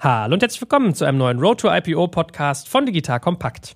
Hallo und herzlich willkommen zu einem neuen Road to IPO Podcast von Digital Kompakt.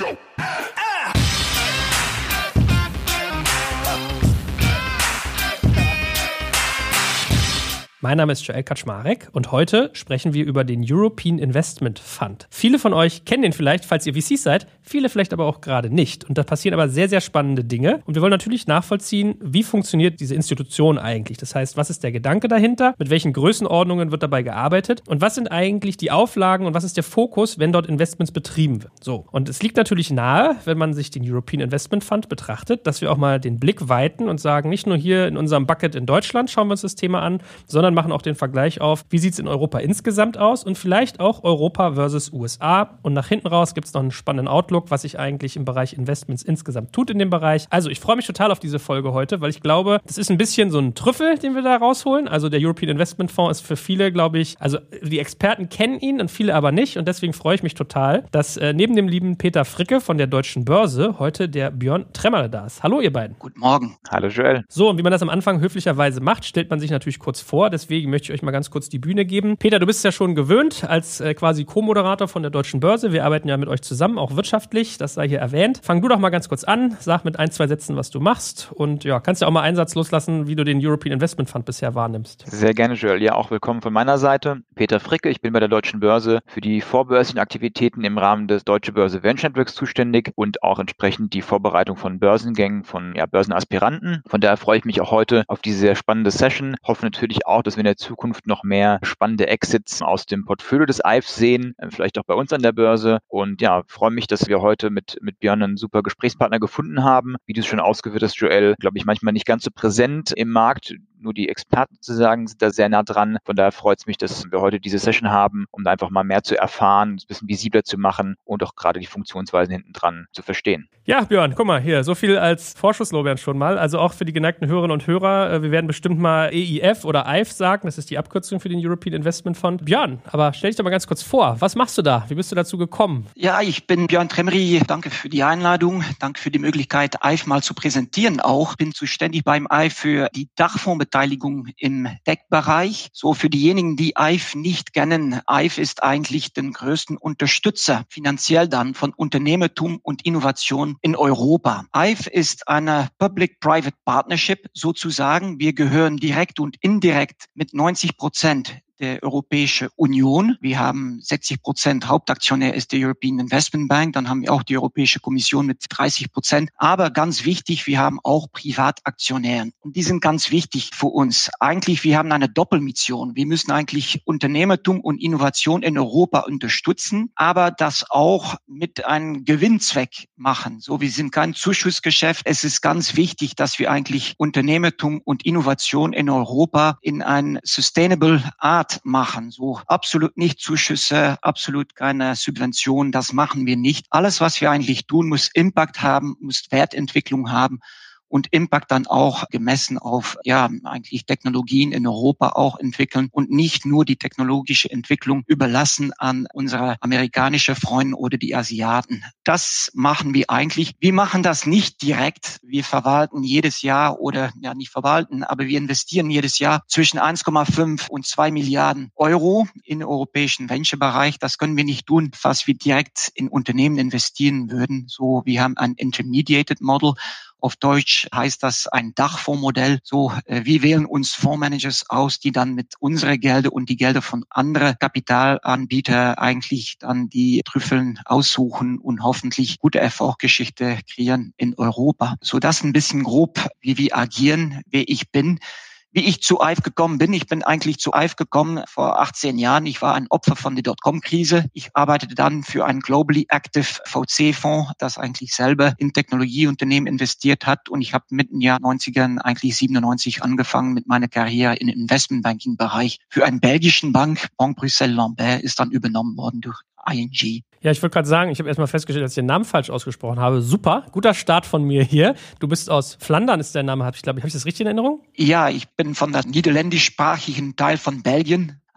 Mein Name ist Joel Kaczmarek und heute sprechen wir über den European Investment Fund. Viele von euch kennen den vielleicht, falls ihr VCs seid, viele vielleicht aber auch gerade nicht. Und da passieren aber sehr, sehr spannende Dinge. Und wir wollen natürlich nachvollziehen, wie funktioniert diese Institution eigentlich? Das heißt, was ist der Gedanke dahinter? Mit welchen Größenordnungen wird dabei gearbeitet? Und was sind eigentlich die Auflagen und was ist der Fokus, wenn dort Investments betrieben wird? So. Und es liegt natürlich nahe, wenn man sich den European Investment Fund betrachtet, dass wir auch mal den Blick weiten und sagen, nicht nur hier in unserem Bucket in Deutschland schauen wir uns das Thema an, sondern machen auch den Vergleich auf, wie sieht es in Europa insgesamt aus und vielleicht auch Europa versus USA. Und nach hinten raus gibt es noch einen spannenden Outlook, was sich eigentlich im Bereich Investments insgesamt tut in dem Bereich. Also ich freue mich total auf diese Folge heute, weil ich glaube, das ist ein bisschen so ein Trüffel, den wir da rausholen. Also der European Investment Fonds ist für viele, glaube ich, also die Experten kennen ihn und viele aber nicht. Und deswegen freue ich mich total, dass neben dem lieben Peter Fricke von der Deutschen Börse heute der Björn Tremmerle da ist. Hallo ihr beiden. Guten Morgen. Hallo Joel. So, und wie man das am Anfang höflicherweise macht, stellt man sich natürlich kurz vor. Deswegen möchte ich euch mal ganz kurz die Bühne geben. Peter, du bist ja schon gewöhnt als quasi Co-Moderator von der Deutschen Börse. Wir arbeiten ja mit euch zusammen, auch wirtschaftlich. Das sei hier erwähnt. Fang du doch mal ganz kurz an. Sag mit 1, 2 Sätzen, was du machst. Und ja, kannst ja auch mal einen Satz loslassen, wie du den European Investment Fund bisher wahrnimmst. Sehr gerne, Joel. Ja, auch willkommen von meiner Seite. Peter Fricke, ich bin bei der Deutschen Börse für die vorbörslichen Aktivitäten im Rahmen des Deutsche Börse Venture Networks zuständig und auch entsprechend die Vorbereitung von Börsengängen von Börsenaspiranten. Von daher freue ich mich auch heute auf diese sehr spannende Session. Hoffe natürlich auch, dass wir in der Zukunft noch mehr spannende Exits aus dem Portfolio des IFs sehen, vielleicht auch bei uns an der Börse. Und ja, freue mich, dass wir heute mit Björn einen super Gesprächspartner gefunden haben. Wie du es schon ausgeführt hast, Joel, glaube ich, manchmal nicht ganz so präsent im Markt. Nur die Experten sozusagen sind da sehr nah dran. Von daher freut es mich, dass wir heute diese Session haben, um da einfach mal mehr zu erfahren, ein bisschen visibler zu machen und auch gerade die Funktionsweisen hinten dran zu verstehen. Ja, Björn, guck mal hier, so viel als Vorschusslorbeeren schon mal. Also auch für die geneigten Hörerinnen und Hörer, wir werden bestimmt mal EIF oder IF sagen, das ist die Abkürzung für den European Investment Fund. Björn, aber stell dich doch mal ganz kurz vor, was machst du da? Wie bist du dazu gekommen? Ja, ich bin Björn Tremmerle. Danke für die Einladung. Danke für die Möglichkeit, IF mal zu präsentieren auch. Bin zuständig beim IF für die Dachfondsbeteiligung im Tech-Bereich. So für diejenigen, die IF nicht kennen, IF ist eigentlich den größten Unterstützer finanziell dann von Unternehmertum und Innovation in Europa. IF ist eine Public-Private Partnership sozusagen. Wir gehören direkt und indirekt mit 90% der Europäische Union. Wir haben 60%, Hauptaktionär ist der European Investment Bank, dann haben wir auch die Europäische Kommission mit 30%. Aber ganz wichtig, wir haben auch Privataktionäre. Und die sind ganz wichtig für uns. Eigentlich, wir haben eine Doppelmission. Wir müssen eigentlich Unternehmertum und Innovation in Europa unterstützen, aber das auch mit einem Gewinnzweck machen. So, wir sind kein Zuschussgeschäft. Es ist ganz wichtig, dass wir eigentlich Unternehmertum und Innovation in Europa in ein sustainable Art machen. So absolut nicht Zuschüsse, absolut keine Subventionen, das machen wir nicht. Alles, was wir eigentlich tun, muss Impact haben, muss Wertentwicklung haben und Impact dann auch gemessen auf, eigentlich Technologien in Europa auch entwickeln und nicht nur die technologische Entwicklung überlassen an unsere amerikanischen Freunde oder die Asiaten. Das machen wir eigentlich. Wir machen das nicht direkt. Wir verwalten jedes Jahr nicht verwalten, aber wir investieren jedes Jahr zwischen 1,5 und 2 Milliarden Euro in den europäischen Venture-Bereich. Das können wir nicht tun, was wir direkt in Unternehmen investieren würden. So, wir haben ein Intermediated Model. Auf Deutsch heißt das ein Dachfondsmodell. So, wir wählen uns Fondsmanagers aus, die dann mit unseren Geldern und die Gelder von anderen Kapitalanbietern eigentlich dann die Trüffeln aussuchen und hoffentlich gute Erfolgsgeschichte kreieren in Europa. So, das ein bisschen grob, wie wir agieren, wer ich bin. Wie ich zu IF gekommen bin. Ich bin eigentlich zu IF gekommen vor 18 Jahren. Ich war ein Opfer von der Dotcom-Krise. Ich arbeitete dann für einen Globally Active VC-Fonds, das eigentlich selber in Technologieunternehmen investiert hat. Und ich habe mitten in den Jahr 90ern, eigentlich 97, angefangen mit meiner Karriere im Investmentbanking-Bereich. Für einen belgischen Bank, Banque Bruxelles Lambert, ist dann übernommen worden durch ING. Ja, ich wollte gerade sagen, ich habe erstmal festgestellt, dass ich den Namen falsch ausgesprochen habe. Super, guter Start von mir hier. Du bist aus Flandern, ist der Name, habe ich das richtig in Erinnerung? Ja, ich bin von der niederländischsprachigen Teil von Belgien.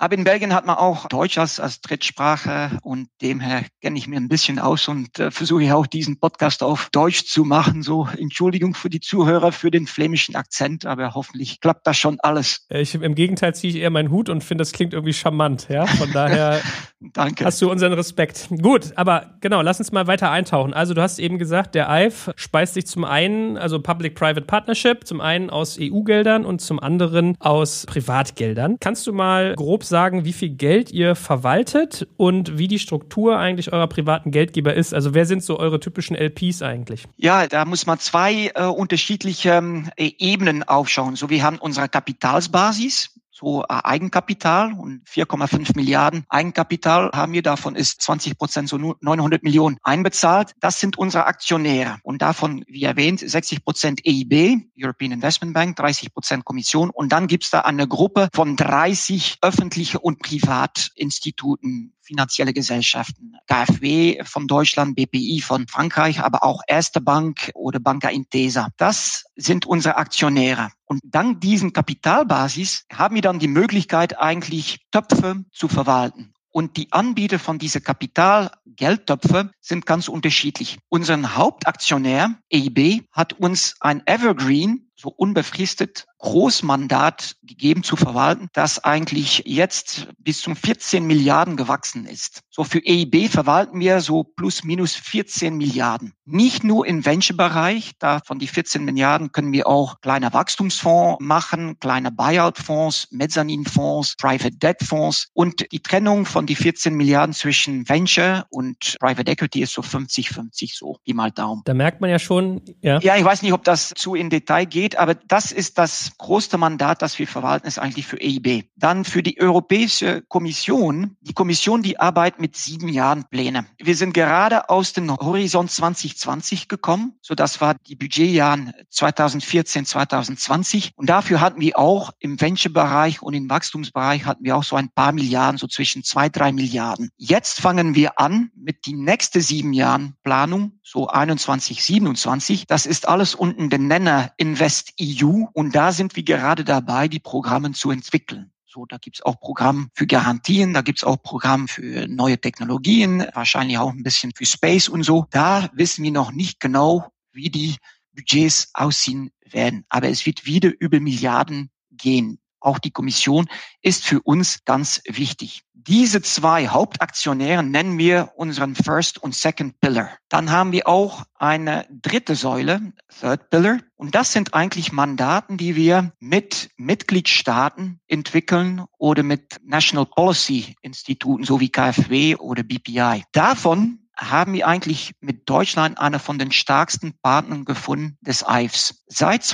Aber in Belgien hat man auch Deutsch als Drittsprache und demher kenne ich mir ein bisschen aus und versuche ich auch diesen Podcast auf Deutsch zu machen. So, Entschuldigung für die Zuhörer für den flämischen Akzent, aber hoffentlich klappt das schon alles. Im Gegenteil ziehe ich eher meinen Hut und finde, das klingt irgendwie charmant. Ja? Von daher Danke. Hast du unseren Respekt. Gut, aber genau, lass uns mal weiter eintauchen. Also du hast eben gesagt, der EIF speist sich zum einen, also Public-Private Partnership, zum einen aus EU-Geldern und zum anderen aus Privatgeldern. Kannst du mal grob sagen, wie viel Geld ihr verwaltet und wie die Struktur eigentlich eurer privaten Geldgeber ist? Also wer sind so eure typischen LPs eigentlich? Ja, da muss man zwei unterschiedliche Ebenen aufschauen. So, wir haben unsere Kapitalsbasis, so Eigenkapital und 4,5 Milliarden Eigenkapital haben wir. Davon ist 20%, so 900 Millionen einbezahlt. Das sind unsere Aktionäre. Und davon, wie erwähnt, 60% EIB, European Investment Bank, 30% Kommission. Und dann gibt's da eine Gruppe von 30 öffentliche und Privatinstituten, finanzielle Gesellschaften, KfW von Deutschland, BPI von Frankreich, aber auch Erste Bank oder Banca Intesa. Das sind unsere Aktionäre. Und dank diesen Kapitalbasis haben wir dann die Möglichkeit, eigentlich Töpfe zu verwalten. Und die Anbieter von diese Kapitalgeldtöpfe sind ganz unterschiedlich. Unseren Hauptaktionär, EIB, hat uns ein Evergreen, so unbefristet, Großmandat gegeben zu verwalten, das eigentlich jetzt bis zum 14 Milliarden gewachsen ist. So für EIB verwalten wir so plus minus 14 Milliarden. Nicht nur im Venture-Bereich, da von die 14 Milliarden können wir auch kleine Wachstumsfonds machen, kleine Buyout-Fonds, Mezzanin-Fonds, Private-Debt-Fonds und die Trennung von die 14 Milliarden zwischen Venture und Private Equity ist so 50-50, so wie mal Daumen. Da merkt man ja schon, ja. Ja, ich weiß nicht, ob das zu in Detail geht, aber das ist das größte Mandat, das wir verwalten, ist eigentlich für EIB. Dann für die Europäische Kommission. Die Kommission, die arbeitet mit 7 Jahren Pläne. Wir sind gerade aus dem Horizont 2020 gekommen. So, das war die Budgetjahren 2014, 2020. Und dafür hatten wir auch im Venture-Bereich und im Wachstumsbereich hatten wir auch so ein paar Milliarden, so zwischen 2-3 Milliarden. Jetzt fangen wir an mit die nächste 7 Jahren Planung, so 21, 27. Das ist alles unten den Nenner InvestEU. Und da sind wir gerade dabei, die Programme zu entwickeln. So, da gibt's auch Programme für Garantien, da gibt's auch Programme für neue Technologien, wahrscheinlich auch ein bisschen für Space und so. Da wissen wir noch nicht genau, wie die Budgets aussehen werden. Aber es wird wieder über Milliarden gehen. Auch die Kommission ist für uns ganz wichtig. Diese zwei Hauptaktionäre nennen wir unseren First und Second Pillar. Dann haben wir auch eine dritte Säule, Third Pillar. Und das sind eigentlich Mandaten, die wir mit Mitgliedstaaten entwickeln oder mit National Policy Instituten, so wie KfW oder BPI. Davon haben wir eigentlich mit Deutschland einer von den stärksten Partnern gefunden des EIFs. Seit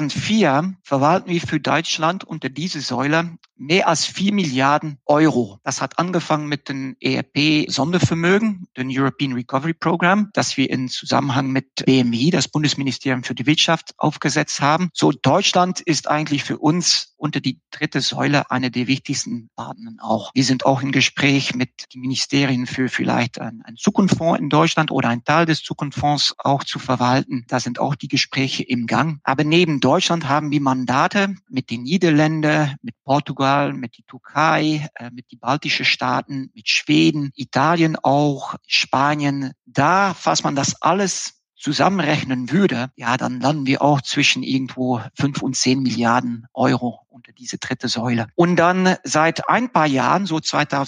2004 verwalten wir für Deutschland unter diese Säule mehr als 4 Milliarden Euro. Das hat angefangen mit dem ERP-Sondervermögen, dem European Recovery Program, das wir in Zusammenhang mit BMI, das Bundesministerium für die Wirtschaft, aufgesetzt haben. So, Deutschland ist eigentlich für uns unter die dritte Säule einer der wichtigsten Partner auch. Wir sind auch im Gespräch mit den Ministerien für vielleicht ein Zukunftsfonds in Deutschland oder ein Teil des Zukunftsfonds auch zu verwalten. Da sind auch die Gespräche im Gang. Aber neben Deutschland haben wir Mandate mit den Niederländern, mit Portugal, mit die Türkei, mit die baltischen Staaten, mit Schweden, Italien auch, Spanien. Da, falls man das alles zusammenrechnen würde, ja, dann landen wir auch zwischen irgendwo 5 und 10 Milliarden Euro unter diese dritte Säule. Und dann seit ein paar Jahren, so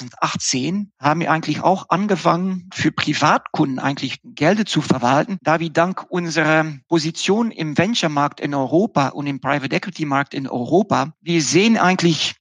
2018, haben wir eigentlich auch angefangen, für Privatkunden eigentlich Gelder zu verwalten, da wir dank unserer Position im Venture-Markt in Europa und im Private Equity-Markt in Europa, wir sehen eigentlich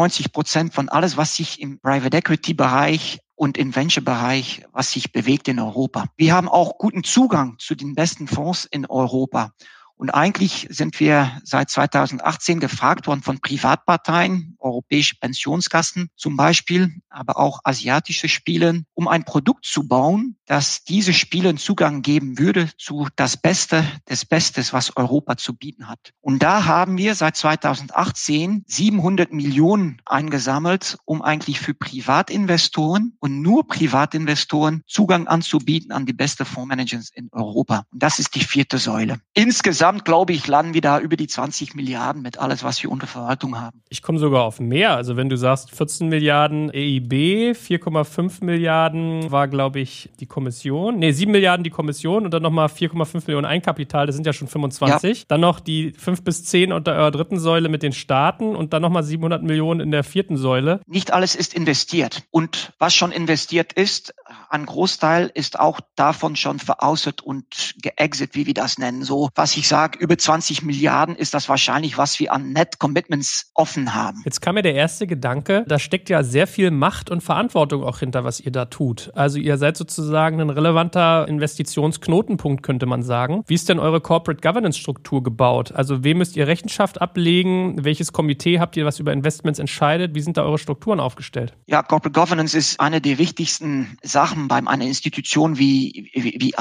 99% von alles, was sich im Private Equity-Bereich und im Venture-Bereich, was sich bewegt in Europa. Wir haben auch guten Zugang zu den besten Fonds in Europa. Und eigentlich sind wir seit 2018 gefragt worden von Privatparteien, europäische Pensionskassen zum Beispiel, aber auch asiatische Spiele, um ein Produkt zu bauen, dass diese Spiele einen Zugang geben würde zu das Beste des Bestes, was Europa zu bieten hat. Und da haben wir seit 2018 700 Millionen eingesammelt, um eigentlich für Privatinvestoren und nur Privatinvestoren Zugang anzubieten an die beste Fondsmanager in Europa. Und das ist die 4. Säule. Insgesamt, glaube ich, landen wir da über die 20 Milliarden mit alles, was wir unter Verwaltung haben. Ich komme sogar auf mehr. Also wenn du sagst 14 Milliarden EIB, 4,5 Milliarden war, glaube ich, die Kommission. 7 Milliarden die Kommission und dann nochmal 4,5 Millionen Eigenkapital. Das sind ja schon 25. Ja. Dann noch die 5 bis 10 unter eurer 3. Säule mit den Staaten und dann nochmal 700 Millionen in der 4. Säule. Nicht alles ist investiert. Und was schon investiert ist, ein Großteil ist auch davon schon verausert und geexit, wie wir das nennen. So, was ich sage, über 20 Milliarden ist das wahrscheinlich, was wir an Net Commitments offen haben. Jetzt kam mir der erste Gedanke, da steckt ja sehr viel Macht und Verantwortung auch hinter, was ihr da tut. Also ihr seid sozusagen ein relevanter Investitionsknotenpunkt, könnte man sagen. Wie ist denn eure Corporate Governance Struktur gebaut? Also wem müsst ihr Rechenschaft ablegen? Welches Komitee habt ihr, was über Investments entscheidet? Wie sind da eure Strukturen aufgestellt? Ja, Corporate Governance ist eine der wichtigsten Sachen bei einer Institution wie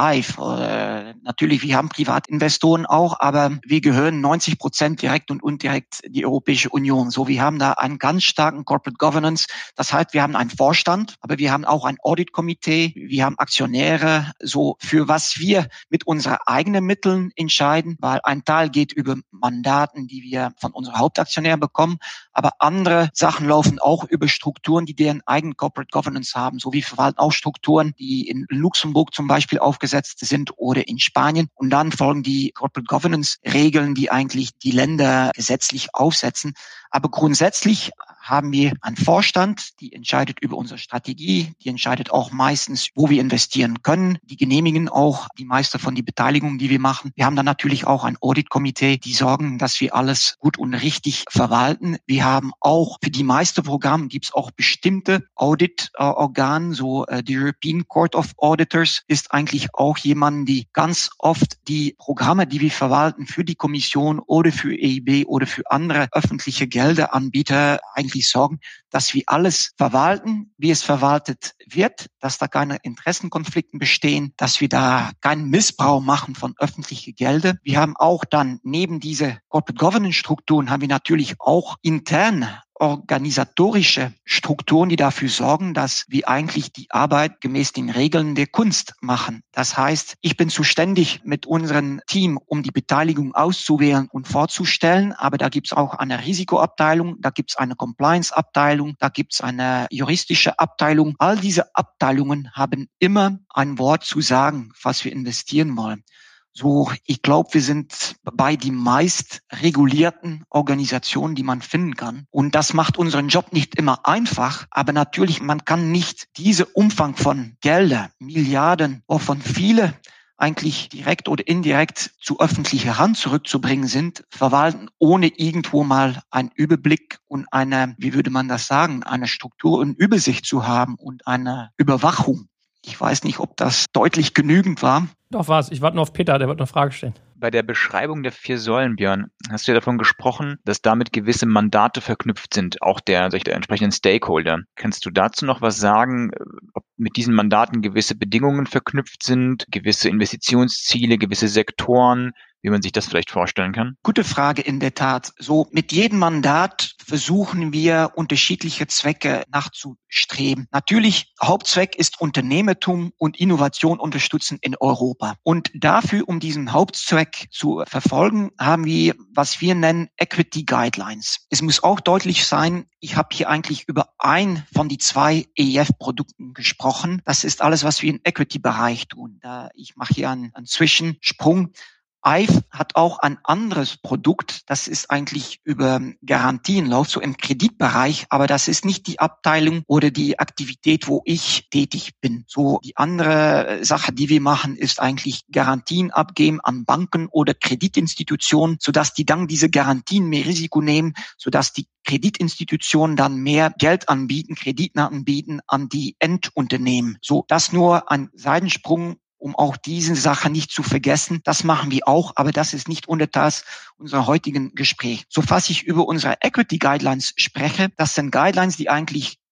IFE. Natürlich, wir haben Privatinvestoren auch, aber wir gehören 90% direkt und indirekt die Europäische Union. So, wir haben da einen ganz starken Corporate Governance. Das heißt, wir haben einen Vorstand, aber wir haben auch ein Audit-Komitee, wir haben Aktionäre, so für was wir mit unseren eigenen Mitteln entscheiden, weil ein Teil geht über Mandaten, die wir von unseren Hauptaktionären bekommen, aber andere Sachen laufen auch über Strukturen, die deren eigenen Corporate Governance haben. So wie verwalten auch Strukturen, die in Luxemburg zum Beispiel aufgesetzt sind oder in Spanien. Und dann folgen die Corporate Governance Regeln, die eigentlich die Länder gesetzlich aufsetzen. Aber grundsätzlich haben wir einen Vorstand, die entscheidet über unsere Strategie, die entscheidet auch meistens, wo wir investieren können. Die genehmigen auch die meiste von den Beteiligungen, die wir machen. Wir haben dann natürlich auch ein Audit-Komitee, die sorgen, dass wir alles gut und richtig verwalten. Wir haben auch für die meisten Programme gibt es auch bestimmte Audit-Organe, so die European Court of Auditors ist eigentlich auch jemand, die ganz oft die Programme, die wir verwalten für die Kommission oder für EIB oder für andere öffentliche Gelderanbieter eigentlich sorgen, dass wir alles verwalten, wie es verwaltet wird, dass da keine Interessenkonflikte bestehen, dass wir da keinen Missbrauch machen von öffentlichen Geldern. Wir haben auch dann neben diese Corporate Governance Strukturen haben wir natürlich auch intern organisatorische Strukturen, die dafür sorgen, dass wir eigentlich die Arbeit gemäß den Regeln der Kunst machen. Das heißt, ich bin zuständig mit unserem Team, um die Beteiligung auszuwählen und vorzustellen, aber da gibt es auch eine Risikoabteilung, da gibt es eine Compliance-Abteilung, da gibt es eine juristische Abteilung. All diese Abteilungen haben immer ein Wort zu sagen, was wir investieren wollen. So, ich glaube, wir sind bei den meist regulierten Organisationen, die man finden kann. Und das macht unseren Job nicht immer einfach. Aber natürlich, man kann nicht diese Umfang von Gelder, Milliarden, wovon viele eigentlich direkt oder indirekt zu öffentlicher Hand zurückzubringen sind, verwalten, ohne irgendwo mal einen Überblick und eine, wie würde man das sagen, eine Struktur und Übersicht zu haben und eine Überwachung. Ich weiß nicht, ob das deutlich genügend war. Doch, war's. Ich warte nur auf Peter, der wird eine Frage stellen. Bei der Beschreibung der 4 Säulen, Björn, hast du ja davon gesprochen, dass damit gewisse Mandate verknüpft sind, auch der entsprechenden Stakeholder. Kannst du dazu noch was sagen, ob mit diesen Mandaten gewisse Bedingungen verknüpft sind, gewisse Investitionsziele, gewisse Sektoren, wie man sich das vielleicht vorstellen kann? Gute Frage in der Tat. So, mit jedem Mandat versuchen wir unterschiedliche Zwecke nachzustreben. Natürlich, Hauptzweck ist Unternehmertum und Innovation unterstützen in Europa. Und dafür, um diesen Hauptzweck zu verfolgen, haben wir, was wir nennen, Equity Guidelines. Es muss auch deutlich sein, ich habe hier eigentlich über ein von die 2 EIF-Produkten gesprochen. Das ist alles, was wir im Equity-Bereich tun. Ich mache hier einen Zwischensprung. IFE hat auch ein anderes Produkt, das ist eigentlich über Garantien läuft, so im Kreditbereich, aber das ist nicht die Abteilung oder die Aktivität, wo ich tätig bin. So die andere Sache, die wir machen, ist eigentlich Garantien abgeben an Banken oder Kreditinstitutionen, sodass die dann diese Garantien mehr Risiko nehmen, sodass die Kreditinstitutionen dann mehr Geld anbieten, Kredite anbieten an die Endunternehmen. So, das nur ein Seitensprung, um auch diese Sache nicht zu vergessen. Das machen wir auch, aber das ist nicht Untertaß unserer heutigen Gespräch. So, falls ich über unsere Equity Guidelines spreche, das sind Guidelines, die eigentlich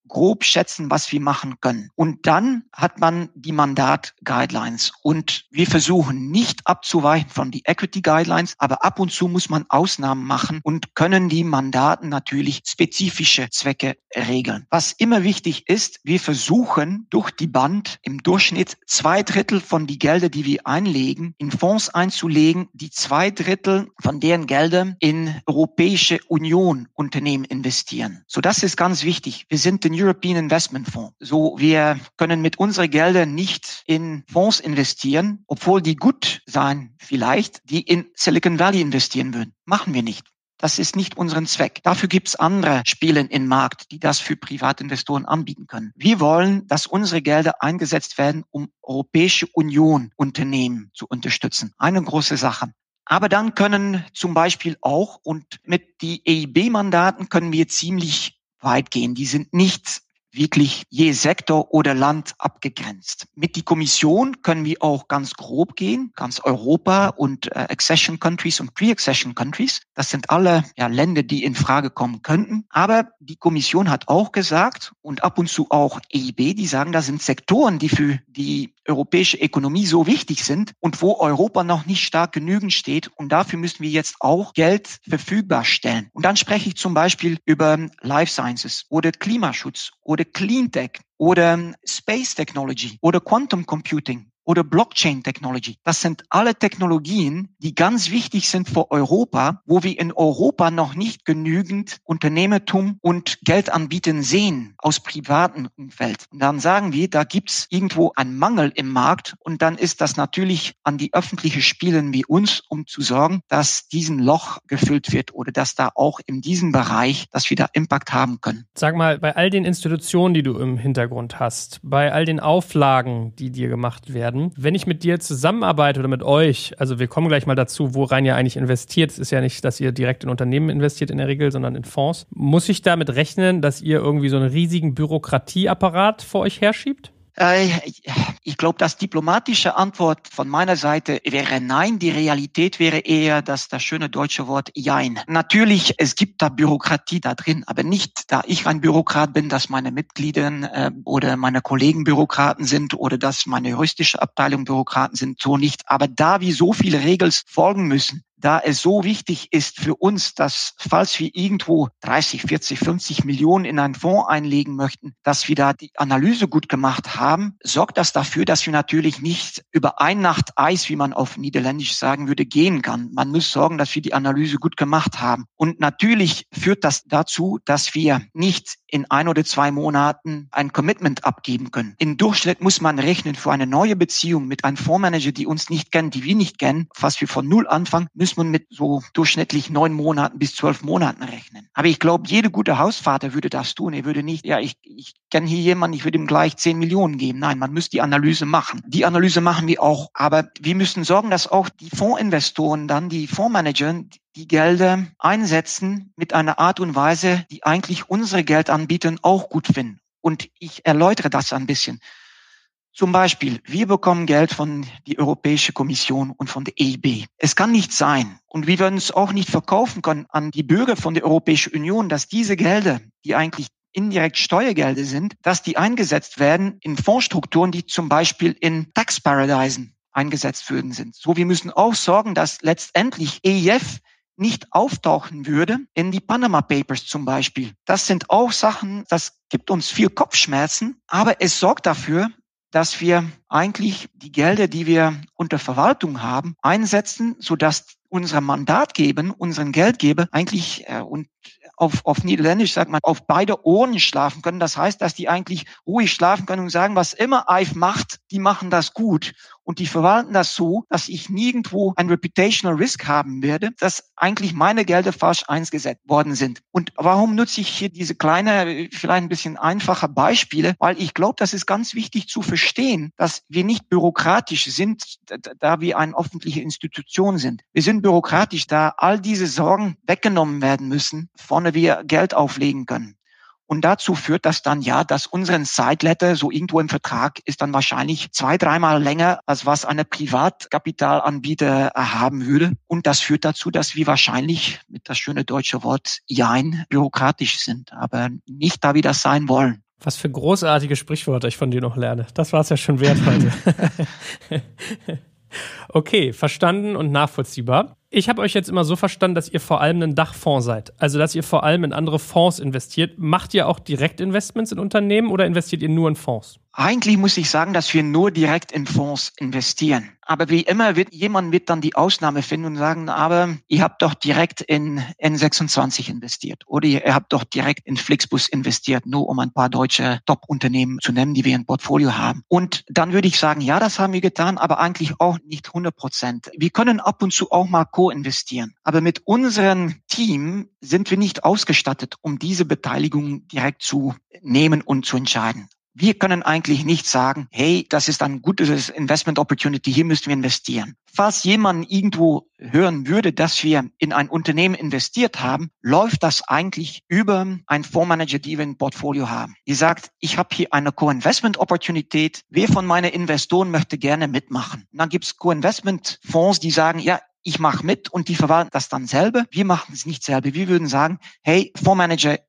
grob schätzen, was wir machen können. Und dann hat man die Mandat-Guidelines. Und wir versuchen nicht abzuweichen von die Equity-Guidelines, aber ab und zu muss man Ausnahmen machen und können die Mandaten natürlich spezifische Zwecke regeln. Was immer wichtig ist, wir versuchen durch die Bank im Durchschnitt 2/3 von die Gelder, die wir einlegen, in Fonds einzulegen, die 2/3 von deren Gelder in Europäische Union Unternehmen investieren. So, das ist ganz wichtig. Wir sind den European Investment Fonds. So, wir können mit unseren Geldern nicht in Fonds investieren, obwohl die gut sein vielleicht, die in Silicon Valley investieren würden. Machen wir nicht. Das ist nicht unseren Zweck. Dafür gibt's andere Spiele im Markt, die das für Privatinvestoren anbieten können. Wir wollen, dass unsere Gelder eingesetzt werden, um Europäische Union Unternehmen zu unterstützen. Eine große Sache. Aber dann können zum Beispiel auch, und mit die EIB-Mandaten können wir ziemlich weit gehen. Die sind nicht wirklich je Sektor oder Land abgegrenzt. Mit die Kommission können wir auch ganz grob gehen, ganz Europa und Accession Countries und Pre-Accession Countries. Das sind alle Länder, die in Frage kommen könnten. Aber die Kommission hat auch gesagt und ab und zu auch EIB, die sagen, da sind Sektoren, die für die europäische Ökonomie so wichtig sind und wo Europa noch nicht stark genügend steht. Und dafür müssen wir jetzt auch Geld verfügbar stellen. Und dann spreche ich zum Beispiel über Life Sciences oder Klimaschutz oder Cleantech oder Space Technology oder Quantum Computing oder Blockchain Technology. Das sind alle Technologien, die ganz wichtig sind für Europa, wo wir in Europa noch nicht genügend Unternehmertum und Geldanbieten sehen aus privatem Umfeld. Und dann sagen wir, da gibt's irgendwo einen Mangel im Markt und dann ist das natürlich an die öffentlichen Spielen wie uns, um zu sorgen, dass diesen Loch gefüllt wird oder dass da auch in diesem Bereich, dass wir da Impact haben können. Sag mal, bei all den Institutionen, die du im Hintergrund hast, bei all den Auflagen, die dir gemacht werden, wenn ich mit dir zusammenarbeite oder mit euch, also wir kommen gleich mal dazu, worein ihr eigentlich investiert. Es ist ja nicht, dass ihr direkt in Unternehmen investiert in der Regel, sondern in Fonds. Muss ich damit rechnen, dass ihr irgendwie so einen riesigen Bürokratieapparat vor euch herschiebt? Ich glaube, das diplomatische Antwort von meiner Seite wäre nein. Die Realität wäre eher das schöne deutsche Wort jein. Natürlich, es gibt da Bürokratie da drin, aber nicht, da ich ein Bürokrat bin, dass meine Mitglieder oder meine Kollegen Bürokraten sind oder dass meine juristische Abteilung Bürokraten sind, so nicht. Aber da wir so viele Regeln folgen müssen, da es so wichtig ist für uns, dass falls wir irgendwo 30, 40, 50 Millionen in einen Fonds einlegen möchten, dass wir da die Analyse gut gemacht haben, sorgt das dafür, dass wir natürlich nicht über ein Nacht Eis, wie man auf Niederländisch sagen würde, gehen kann. Man muss sorgen, dass wir die Analyse gut gemacht haben. Und natürlich führt das dazu, dass wir nicht in 1 oder 2 Monaten ein Commitment abgeben können. Im Durchschnitt muss man rechnen für eine neue Beziehung mit einem Fondsmanager, die uns nicht kennen, die wir nicht kennen, fast wir von null anfangen, muss man mit so durchschnittlich 9 Monaten bis 12 Monaten rechnen. Aber ich glaube, jeder gute Hausvater würde das tun. Er würde nicht, ich kenne hier jemanden, ich würde ihm gleich 10 Millionen geben. Nein, man muss die Analyse machen. Die Analyse machen wir auch. Aber wir müssen sorgen, dass auch die Fondsinvestoren dann, die Fondsmanager, die Gelder einsetzen mit einer Art und Weise, die eigentlich unsere Geldanbieter auch gut finden. Und ich erläutere das ein bisschen. Zum Beispiel, wir bekommen Geld von der Europäischen Kommission und von der EIB. Es kann nicht sein, und wir werden es auch nicht verkaufen können an die Bürger von der Europäischen Union, dass diese Gelder, die eigentlich indirekt Steuergelder sind, dass die eingesetzt werden in Fondsstrukturen, die zum Beispiel in Tax Paradisen eingesetzt würden sind. So, wir müssen auch sorgen, dass letztendlich EIF nicht auftauchen würde in die Panama Papers zum Beispiel. Das sind auch Sachen, das gibt uns viel Kopfschmerzen, aber es sorgt dafür, dass wir eigentlich die Gelder, die wir unter Verwaltung haben, einsetzen, sodass unsere Mandatgeber, unseren Geldgeber eigentlich und auf Niederländisch sagt man, auf beide Ohren schlafen können. Das heißt, dass die eigentlich ruhig schlafen können und sagen, was immer EIF macht, die machen das gut. Und die verwalten das so, dass ich nirgendwo ein Reputational Risk haben werde, dass eigentlich meine Gelder falsch eingesetzt worden sind. Und warum nutze ich hier diese kleine, vielleicht ein bisschen einfache Beispiele? Weil ich glaube, das ist ganz wichtig zu verstehen, dass wir nicht bürokratisch sind, da wir eine öffentliche Institution sind. Wir sind bürokratisch, da all diese Sorgen weggenommen werden müssen, vorne wir Geld auflegen können. Und dazu führt das dann dass unseren Side-Letter so irgendwo im Vertrag ist dann wahrscheinlich 2-3 Mal länger, als was eine Privatkapitalanbieter haben würde. Und das führt dazu, dass wir wahrscheinlich, mit das schöne deutsche Wort jein, bürokratisch sind, aber nicht da wir das sein wollen. Was für großartige Sprichwörter ich von dir noch lerne. Das war es ja schon wert heute. Okay, verstanden und nachvollziehbar. Ich habe euch jetzt immer so verstanden, dass ihr vor allem ein Dachfonds seid. Also, dass ihr vor allem in andere Fonds investiert. Macht ihr auch Direktinvestments in Unternehmen oder investiert ihr nur in Fonds? Eigentlich muss ich sagen, dass wir nur direkt in Fonds investieren. Aber wie immer wird jemand dann die Ausnahme finden und sagen, aber ihr habt doch direkt in N26 investiert oder ihr habt doch direkt in Flixbus investiert, nur um ein paar deutsche Top-Unternehmen zu nennen, die wir im Portfolio haben. Und dann würde ich sagen, ja, das haben wir getan, aber eigentlich auch nicht 100%. Wir können ab und zu auch mal co-investieren. Aber mit unserem Team sind wir nicht ausgestattet, um diese Beteiligung direkt zu nehmen und zu entscheiden. Wir können eigentlich nicht sagen, hey, das ist ein gutes Investment Opportunity, hier müssen wir investieren. Falls jemand irgendwo hören würde, dass wir in ein Unternehmen investiert haben, läuft das eigentlich über einen Fondsmanager, die wir im Portfolio haben. Die sagt, ich habe hier eine Co-Investment Opportunität, wer von meinen Investoren möchte gerne mitmachen? Und dann gibt es Co-Investment Fonds, die sagen, ja, ich mache mit und die verwalten das dann selber. Wir machen es nicht selber. Wir würden sagen, hey, Fondsmanager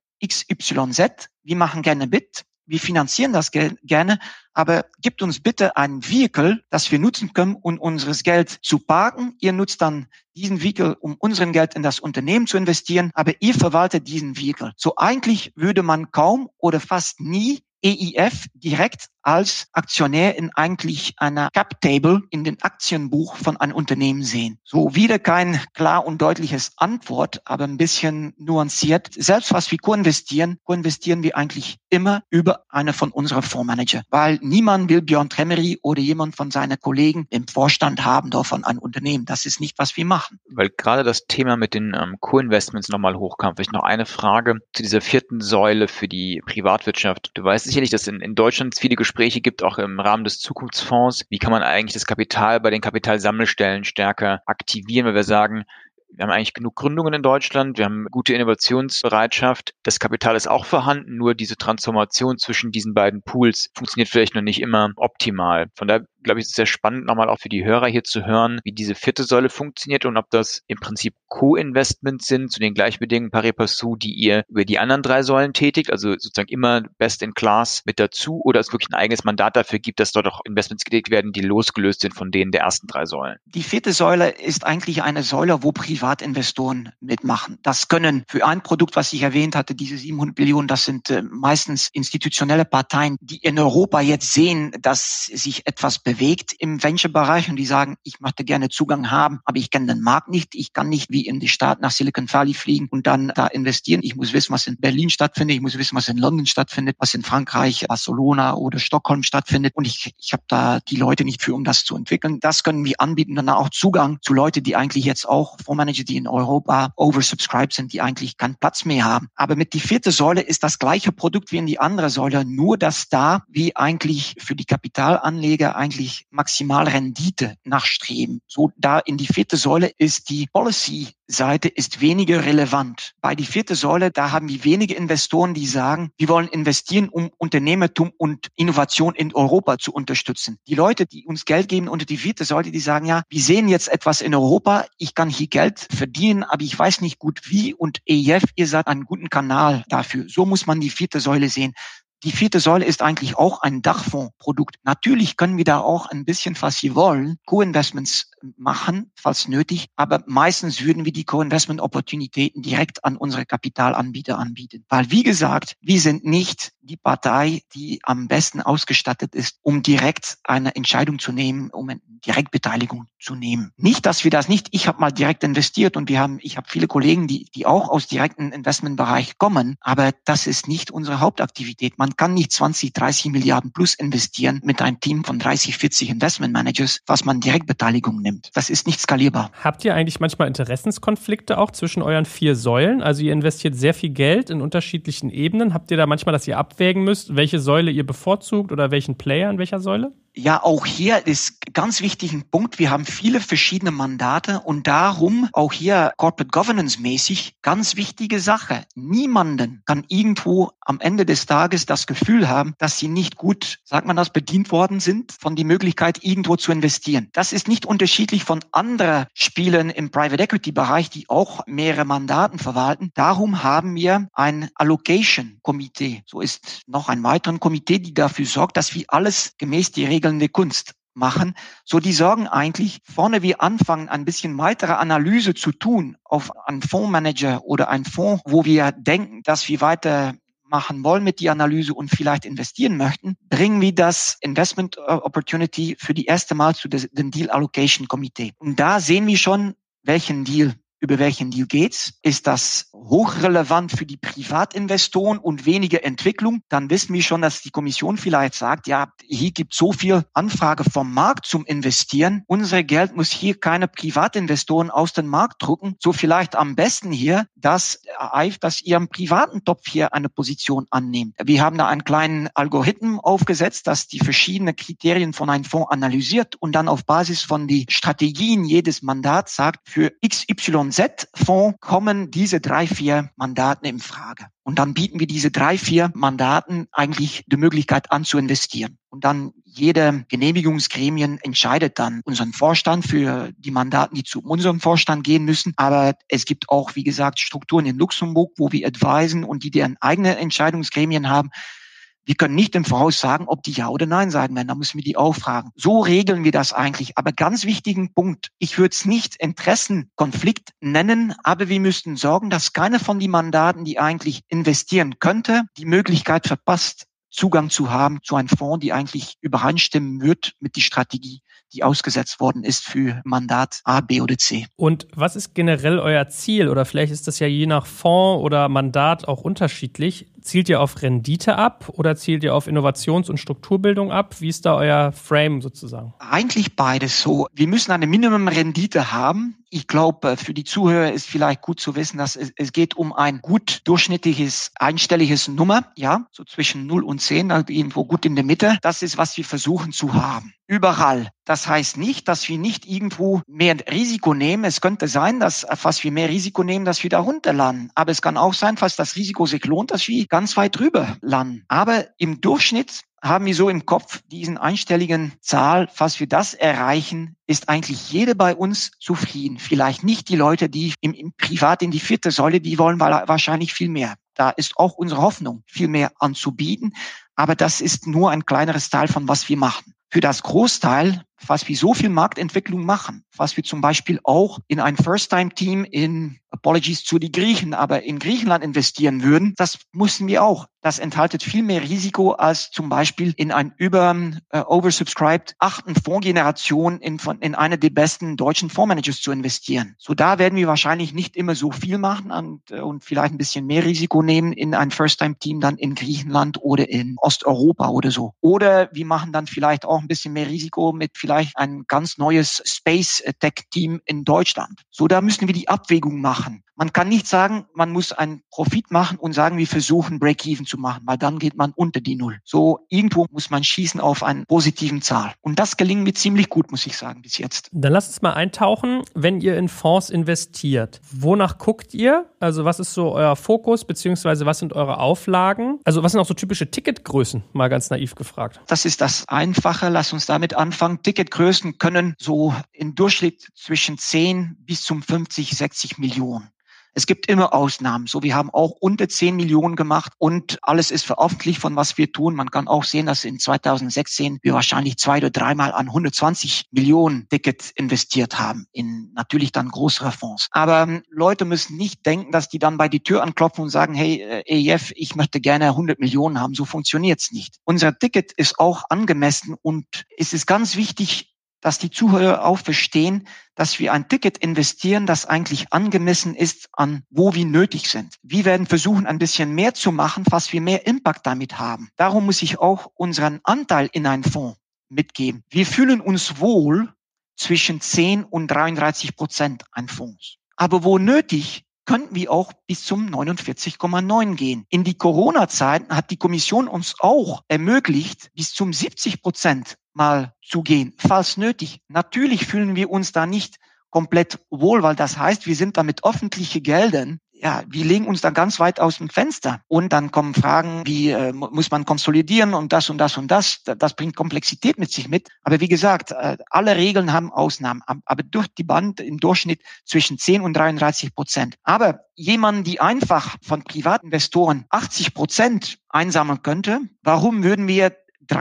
XYZ, wir machen gerne mit. Wir finanzieren das gerne, aber gibt uns bitte ein Vehicle, das wir nutzen können, um unseres Geld zu parken. Ihr nutzt dann diesen Vehicle, um unseren Geld in das Unternehmen zu investieren, aber ihr verwaltet diesen Vehicle. So eigentlich würde man kaum oder fast nie EIF direkt als Aktionär in eigentlich einer Cap-Table in den Aktienbuch von einem Unternehmen sehen. So wieder kein klar und deutliches Antwort, aber ein bisschen nuanciert. Selbst was wir co-investieren wir eigentlich immer über eine von unseren Fondsmanager, weil niemand will Björn Tremeri oder jemand von seinen Kollegen im Vorstand haben da von einem Unternehmen. Das ist nicht, was wir machen. Weil gerade das Thema mit den Co-Investments nochmal hochkam, vielleicht noch eine Frage zu dieser vierten Säule für die Privatwirtschaft. Du weißt sicherlich, dass in Deutschland viele Gespräche gibt, auch im Rahmen des Zukunftsfonds. Wie kann man eigentlich das Kapital bei den Kapitalsammelstellen stärker aktivieren, weil wir sagen, wir haben eigentlich genug Gründungen in Deutschland, wir haben gute Innovationsbereitschaft, das Kapital ist auch vorhanden, nur diese Transformation zwischen diesen beiden Pools funktioniert vielleicht noch nicht immer optimal. Von daher glaube ich, ist es sehr spannend, nochmal auch für die Hörer hier zu hören, wie diese vierte Säule funktioniert und ob das im Prinzip Co-Investments sind zu den gleichen Bedingungen pari passu, die ihr über die anderen drei Säulen tätigt, also sozusagen immer best in class mit dazu, oder es wirklich ein eigenes Mandat dafür gibt, dass dort auch Investments getätigt werden, die losgelöst sind von denen der ersten drei Säulen. Die vierte Säule ist eigentlich eine Säule, wo Privatinvestoren mitmachen. Das können für ein Produkt, was ich erwähnt hatte, diese 700 Millionen, das sind meistens institutionelle Parteien, die in Europa jetzt sehen, dass sich etwas bewegt im Venture-Bereich und die sagen, ich möchte gerne Zugang haben, aber ich kenne den Markt nicht. Ich kann nicht wie in die Stadt nach Silicon Valley fliegen und dann da investieren. Ich muss wissen, was in Berlin stattfindet. Ich muss wissen, was in London stattfindet, was in Frankreich, Barcelona oder Stockholm stattfindet. Und ich habe da die Leute nicht für, um das zu entwickeln. Das können wir anbieten. Dann auch Zugang zu Leuten, die eigentlich jetzt auch Fondsmanager, die in Europa oversubscribed sind, die eigentlich keinen Platz mehr haben. Aber mit die vierte Säule ist das gleiche Produkt wie in die andere Säule, nur dass da wie eigentlich für die Kapitalanleger eigentlich maximal Rendite nachstreben. So da in die vierte Säule ist die Policy-Seite ist weniger relevant. Bei die vierte Säule, da haben wir wenige Investoren, die sagen, wir wollen investieren, um Unternehmertum und Innovation in Europa zu unterstützen. Die Leute, die uns Geld geben unter die vierte Säule, die sagen, ja, wir sehen jetzt etwas in Europa, ich kann hier Geld verdienen, aber ich weiß nicht gut wie und EIF, ihr seid einen guten Kanal dafür. So muss man die vierte Säule sehen. Die vierte Säule ist eigentlich auch ein Dachfondsprodukt. Natürlich können wir da auch ein bisschen, was wir wollen, Co-Investments machen, falls nötig, aber meistens würden wir die Co-Investment-Opportunitäten direkt an unsere Kapitalanbieter anbieten. Weil, wie gesagt, wir sind nicht die Partei, die am besten ausgestattet ist, um direkt eine Entscheidung zu nehmen, um eine Direktbeteiligung zu nehmen. Nicht, dass wir das nicht, ich habe mal direkt investiert und ich habe viele Kollegen, die auch aus direkten Investmentbereich kommen, aber das ist nicht unsere Hauptaktivität. Man kann nicht 20, 30 Milliarden plus investieren mit einem Team von 30, 40 Investmentmanagers, was man Direktbeteiligung nimmt. Das ist nicht skalierbar. Habt ihr eigentlich manchmal Interessenskonflikte auch zwischen euren 4 Säulen? Also ihr investiert sehr viel Geld in unterschiedlichen Ebenen. Habt ihr da manchmal, dass ihr abwägen müsst, welche Säule ihr bevorzugt oder welchen Player in welcher Säule? Ja, auch hier ist ganz wichtig ein Punkt. Wir haben viele verschiedene Mandate und darum auch hier Corporate Governance mäßig ganz wichtige Sache. Niemanden kann irgendwo am Ende des Tages das Gefühl haben, dass sie nicht gut, sagt man das, bedient worden sind von die Möglichkeit, irgendwo zu investieren. Das ist nicht unterschiedlich von anderen Spielern im Private Equity Bereich, die auch mehrere Mandaten verwalten. Darum haben wir ein Allocation Komitee. So ist noch ein weiteres Komitee, die dafür sorgt, dass wir alles gemäß die Regeln der Kunst machen. So, die sorgen eigentlich, vorne wir anfangen, ein bisschen weitere Analyse zu tun auf einen Fondsmanager oder einen Fonds, wo wir denken, dass wir weiter machen wollen mit die Analyse und vielleicht investieren möchten, bringen wir das Investment Opportunity für die erste Mal zu dem Deal Allocation Komitee. Und da sehen wir schon, über welchen Deal geht's? Ist das hochrelevant für die Privatinvestoren und weniger Entwicklung? Dann wissen wir schon, dass die Kommission vielleicht sagt, ja, hier gibt so viel Anfrage vom Markt zum Investieren. Unser Geld muss hier keine Privatinvestoren aus dem Markt drucken. So vielleicht am besten hier, dass ihr im privaten Topf hier eine Position annehmt. Wir haben da einen kleinen Algorithmus aufgesetzt, dass die verschiedenen Kriterien von einem Fonds analysiert und dann auf Basis von die Strategien jedes Mandats sagt, für XYZ-Fonds kommen diese 3-4 Mandaten in Frage. Und dann bieten wir diese 3-4 Mandaten eigentlich die Möglichkeit an zu investieren. Und dann jede Genehmigungsgremien entscheidet dann unseren Vorstand für die Mandaten, die zu unserem Vorstand gehen müssen. Aber es gibt auch, wie gesagt, Strukturen in Luxemburg, wo wir advisen und die deren eigene Entscheidungsgremien haben. Wir können nicht im Voraus sagen, ob die Ja oder Nein sagen werden. Da müssen wir die auch fragen. So regeln wir das eigentlich. Aber ganz wichtigen Punkt. Ich würde es nicht Interessenkonflikt nennen, aber wir müssten sorgen, dass keine von den Mandaten, die eigentlich investieren könnte, die Möglichkeit verpasst, Zugang zu haben zu einem Fonds, die eigentlich übereinstimmen wird mit der Strategie, die ausgesetzt worden ist für Mandat A, B oder C. Und was ist generell euer Ziel? Oder vielleicht ist das ja je nach Fonds oder Mandat auch unterschiedlich. Zielt ihr auf Rendite ab oder zielt ihr auf Innovations- und Strukturbildung ab? Wie ist da euer Frame sozusagen? Eigentlich beides so. Wir müssen eine Minimum-Rendite haben. Ich glaube, für die Zuhörer ist vielleicht gut zu wissen, dass es geht um ein gut durchschnittliches, einstelliges Nummer, ja, so zwischen 0 und 10, also irgendwo gut in der Mitte. Das ist, was wir versuchen zu haben. Überall. Das heißt nicht, dass wir nicht irgendwo mehr Risiko nehmen. Es könnte sein, dass, falls wir mehr Risiko nehmen, dass wir da runter landen. Aber es kann auch sein, falls das Risiko sich lohnt, dass wir ganz weit drüber landen. Aber im Durchschnitt haben wir so im Kopf diesen einstelligen Zahl. Falls wir das erreichen, ist eigentlich jeder bei uns zufrieden. Vielleicht nicht die Leute, die im Privat in die 4. Säule, die wollen wahrscheinlich viel mehr. Da ist auch unsere Hoffnung, viel mehr anzubieten. Aber das ist nur ein kleineres Teil von was wir machen. Für das Großteil, was wir so viel Marktentwicklung machen, was wir zum Beispiel auch in ein First-Time-Team Apologies zu die Griechen, aber in Griechenland investieren würden, das mussten wir auch. Das enthaltet viel mehr Risiko als zum Beispiel in ein oversubscribed 8. Fondsgeneration in eine der besten deutschen Fondsmanagers zu investieren. So, da werden wir wahrscheinlich nicht immer so viel machen und vielleicht ein bisschen mehr Risiko nehmen in ein First-Time-Team dann in Griechenland oder in Osteuropa oder so. Oder wir machen dann vielleicht auch ein bisschen mehr Risiko mit vielleicht ein ganz neues Space-Tech-Team in Deutschland. So, da müssen wir die Abwägung machen. Man kann nicht sagen, man muss einen Profit machen und sagen, wir versuchen Break-Even zu machen, weil dann geht man unter die Null. So, irgendwo muss man schießen auf einen positiven Zahl. Und das gelingt mir ziemlich gut, muss ich sagen, bis jetzt. Dann lasst uns mal eintauchen, wenn ihr in Fonds investiert. Wonach guckt ihr? Also was ist so euer Fokus, beziehungsweise was sind eure Auflagen? Also was sind auch so typische Ticketgrößen, mal ganz naiv gefragt? Das ist das Einfache. Lass uns damit anfangen. Ticketgrößen können so im Durchschnitt zwischen 10 bis zum 50, 60 Millionen. Es gibt immer Ausnahmen. So, wir haben auch unter 10 Millionen gemacht und alles ist veröffentlicht, von was wir tun. Man kann auch sehen, dass in 2016 wir wahrscheinlich 2 oder 3 Mal an 120 Millionen Tickets investiert haben in natürlich dann größere Fonds. Aber Leute müssen nicht denken, dass die dann bei die Tür anklopfen und sagen, hey, EIF, ich möchte gerne 100 Millionen haben. So funktioniert's nicht. Unser Ticket ist auch angemessen und es ist ganz wichtig, dass die Zuhörer auch verstehen, dass wir ein Ticket investieren, das eigentlich angemessen ist an, wo wir nötig sind. Wir werden versuchen, ein bisschen mehr zu machen, falls wir mehr Impact damit haben. Darum muss ich auch unseren Anteil in einen Fonds mitgeben. Wir fühlen uns wohl zwischen 10 und 33% an Fonds. Aber wo nötig, könnten wir auch bis zum 49,9 gehen. In die Corona-Zeiten hat die Kommission uns auch ermöglicht, bis zum 70% mal zu gehen, falls nötig. Natürlich fühlen wir uns da nicht komplett wohl, weil das heißt, wir sind da mit öffentlichen Geldern, wir legen uns da ganz weit aus dem Fenster. Und dann kommen Fragen wie, muss man konsolidieren und das und das und das. Das bringt Komplexität mit sich mit. Aber wie gesagt, alle Regeln haben Ausnahmen. Aber durch die Band im Durchschnitt zwischen 10 und 33%. Aber jemand, die einfach von Privatinvestoren 80% einsammeln könnte, warum würden wir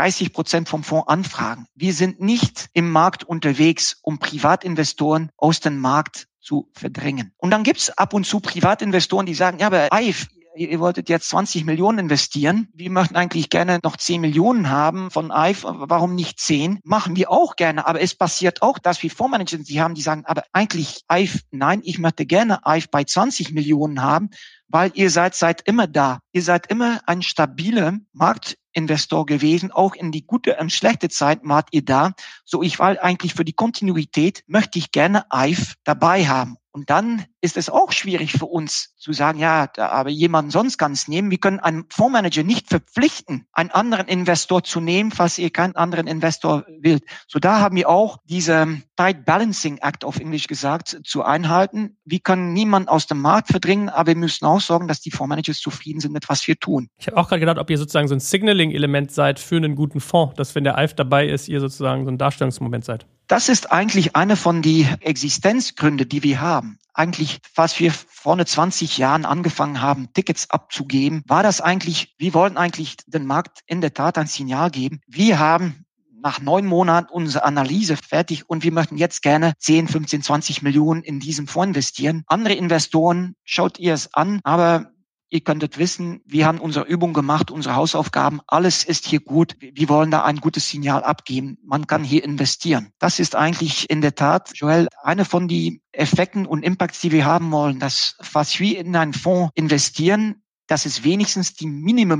30% vom Fonds anfragen? Wir sind nicht im Markt unterwegs, um Privatinvestoren aus dem Markt zu verdrängen. Und dann gibt's ab und zu Privatinvestoren, die sagen, ja, aber Eif, ihr wolltet jetzt 20 Millionen investieren. Wir möchten eigentlich gerne noch 10 Millionen haben von Eif. Warum nicht 10? Machen wir auch gerne. Aber es passiert auch, dass wir Fondsmanager, die sagen, aber eigentlich Eif, nein, ich möchte gerne Eif bei 20 Millionen haben, weil ihr seid immer da. Ihr seid immer ein stabiler Marktinvestor gewesen. Auch in die gute und schlechte Zeit wart ihr da. So, ich war eigentlich für die Kontinuität, möchte ich gerne Eif dabei haben. Und dann ist es auch schwierig für uns zu sagen, aber jemand sonst kann es nehmen. Wir können einen Fondsmanager nicht verpflichten, einen anderen Investor zu nehmen, falls ihr keinen anderen Investor wollt. So, da haben wir auch diese Tight Balancing Act auf Englisch gesagt, zu einhalten. Wir können niemanden aus dem Markt verdrängen, aber wir müssen auch sorgen, dass die Fondsmanagers zufrieden sind mit was wir tun. Ich habe auch gerade gedacht, ob ihr sozusagen so ein Signaling-Element seid für einen guten Fonds, dass wenn der Eif dabei ist, ihr sozusagen so ein Darstellungsmoment seid. Das ist eigentlich eine von die Existenzgründe, die wir haben. Eigentlich, was wir vor 20 Jahren angefangen haben, Tickets abzugeben, war das eigentlich, wir wollten eigentlich den Markt in der Tat ein Signal geben. Wir haben nach 9 Monaten unsere Analyse fertig und wir möchten jetzt gerne 10, 15, 20 Millionen in diesem Fonds investieren. Andere Investoren, schaut ihr es an, aber ihr könntet wissen, wir haben unsere Übung gemacht, unsere Hausaufgaben, alles ist hier gut. Wir wollen da ein gutes Signal abgeben. Man kann hier investieren. Das ist eigentlich in der Tat, Joel, eine von den Effekten und Impacts, die wir haben wollen, dass was wir in einen Fonds investieren, dass es wenigstens die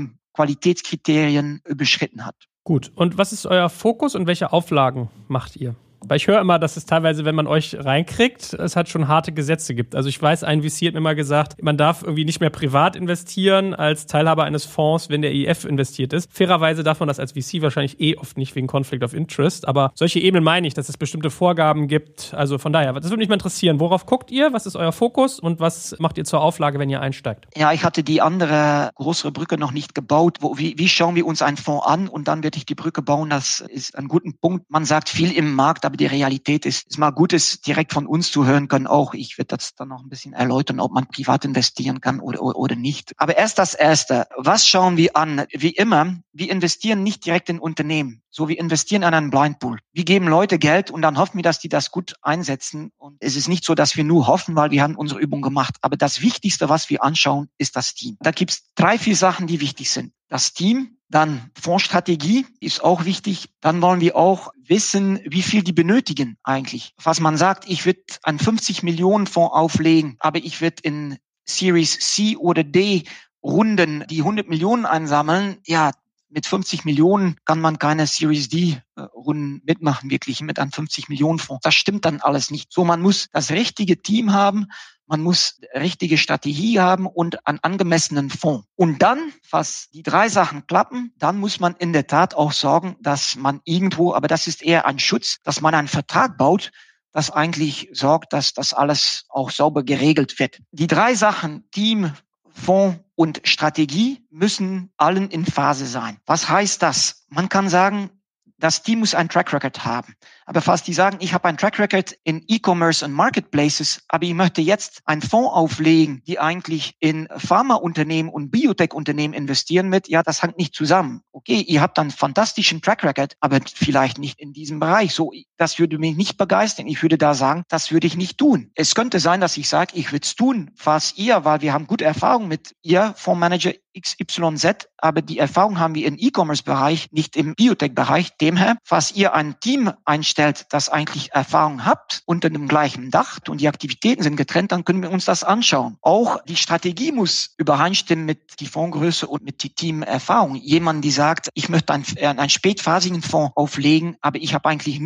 Minimum-Qualitätskriterien überschritten hat. Gut. Und was ist euer Fokus und welche Auflagen macht ihr? Weil ich höre immer, dass es teilweise, wenn man euch reinkriegt, es halt schon harte Gesetze gibt. Also ich weiß, ein VC hat mir mal gesagt, man darf irgendwie nicht mehr privat investieren als Teilhaber eines Fonds, wenn der EIF investiert ist. Fairerweise darf man das als VC wahrscheinlich oft nicht wegen Conflict of Interest. Aber solche Ebenen meine ich, dass es bestimmte Vorgaben gibt. Also von daher, das würde mich mal interessieren. Worauf guckt ihr? Was ist euer Fokus? Und was macht ihr zur Auflage, wenn ihr einsteigt? Ja, ich hatte die andere größere Brücke noch nicht gebaut. Wie schauen wir uns einen Fonds an? Und dann werde ich die Brücke bauen. Das ist ein guter Punkt. Man sagt viel im Markt, aber die Realität ist mal gut, es direkt von uns zu hören können. Auch ich werde das dann noch ein bisschen erläutern, ob man privat investieren kann oder nicht. Aber erst das Erste. Was schauen wir an? Wie immer, wir investieren nicht direkt in Unternehmen. So, wir investieren an einen Blindpool. Wir geben Leute Geld und dann hoffen wir, dass die das gut einsetzen. Und es ist nicht so, dass wir nur hoffen, weil wir haben unsere Übung gemacht. Aber das Wichtigste, was wir anschauen, ist das Team. Da gibt's 3, 4 Sachen, die wichtig sind. Das Team, dann Fondsstrategie ist auch wichtig. Dann wollen wir auch wissen, wie viel die benötigen eigentlich. Was man sagt, ich würde einen 50 Millionen Fonds auflegen, aber ich würde in Series C oder D Runden die 100 Millionen einsammeln. Ja, mit 50 Millionen kann man keine Series D-Runden mitmachen, wirklich mit einem 50 Millionen Fonds. Das stimmt dann alles nicht. So, man muss das richtige Team haben, man muss richtige Strategie haben und einen angemessenen Fonds. Und dann, falls die 3 Sachen klappen, dann muss man in der Tat auch sorgen, dass man irgendwo, aber das ist eher ein Schutz, dass man einen Vertrag baut, das eigentlich sorgt, dass das alles auch sauber geregelt wird. Die 3 Sachen, Team, Fonds und Strategie, müssen allen in Phase sein. Was heißt das? Man kann sagen, das Team muss einen Track Record haben. Aber falls die sagen, ich habe einen Track Record in E-Commerce und Marketplaces, aber ich möchte jetzt einen Fonds auflegen, die eigentlich in Pharmaunternehmen und Biotech-Unternehmen investieren mit, ja, das hängt nicht zusammen. Okay, ihr habt einen fantastischen Track Record, aber vielleicht nicht in diesem Bereich. So, das würde mich nicht begeistern. Ich würde da sagen, das würde ich nicht tun. Es könnte sein, dass ich sage, ich würde es tun, falls ihr, weil wir haben gute Erfahrung mit ihr, Fondsmanager XYZ, aber die Erfahrung haben wir im E-Commerce-Bereich, nicht im Biotech-Bereich. Demher, falls ihr ein Team einstellt, das eigentlich Erfahrung habt, unter dem gleichen Dach und die Aktivitäten sind getrennt, dann können wir uns das anschauen. Auch die Strategie muss übereinstimmen mit die Fondsgröße und mit die Teamerfahrung. Jemand, die sagt, ich möchte einen spätphasigen Fonds auflegen, aber ich habe eigentlich nur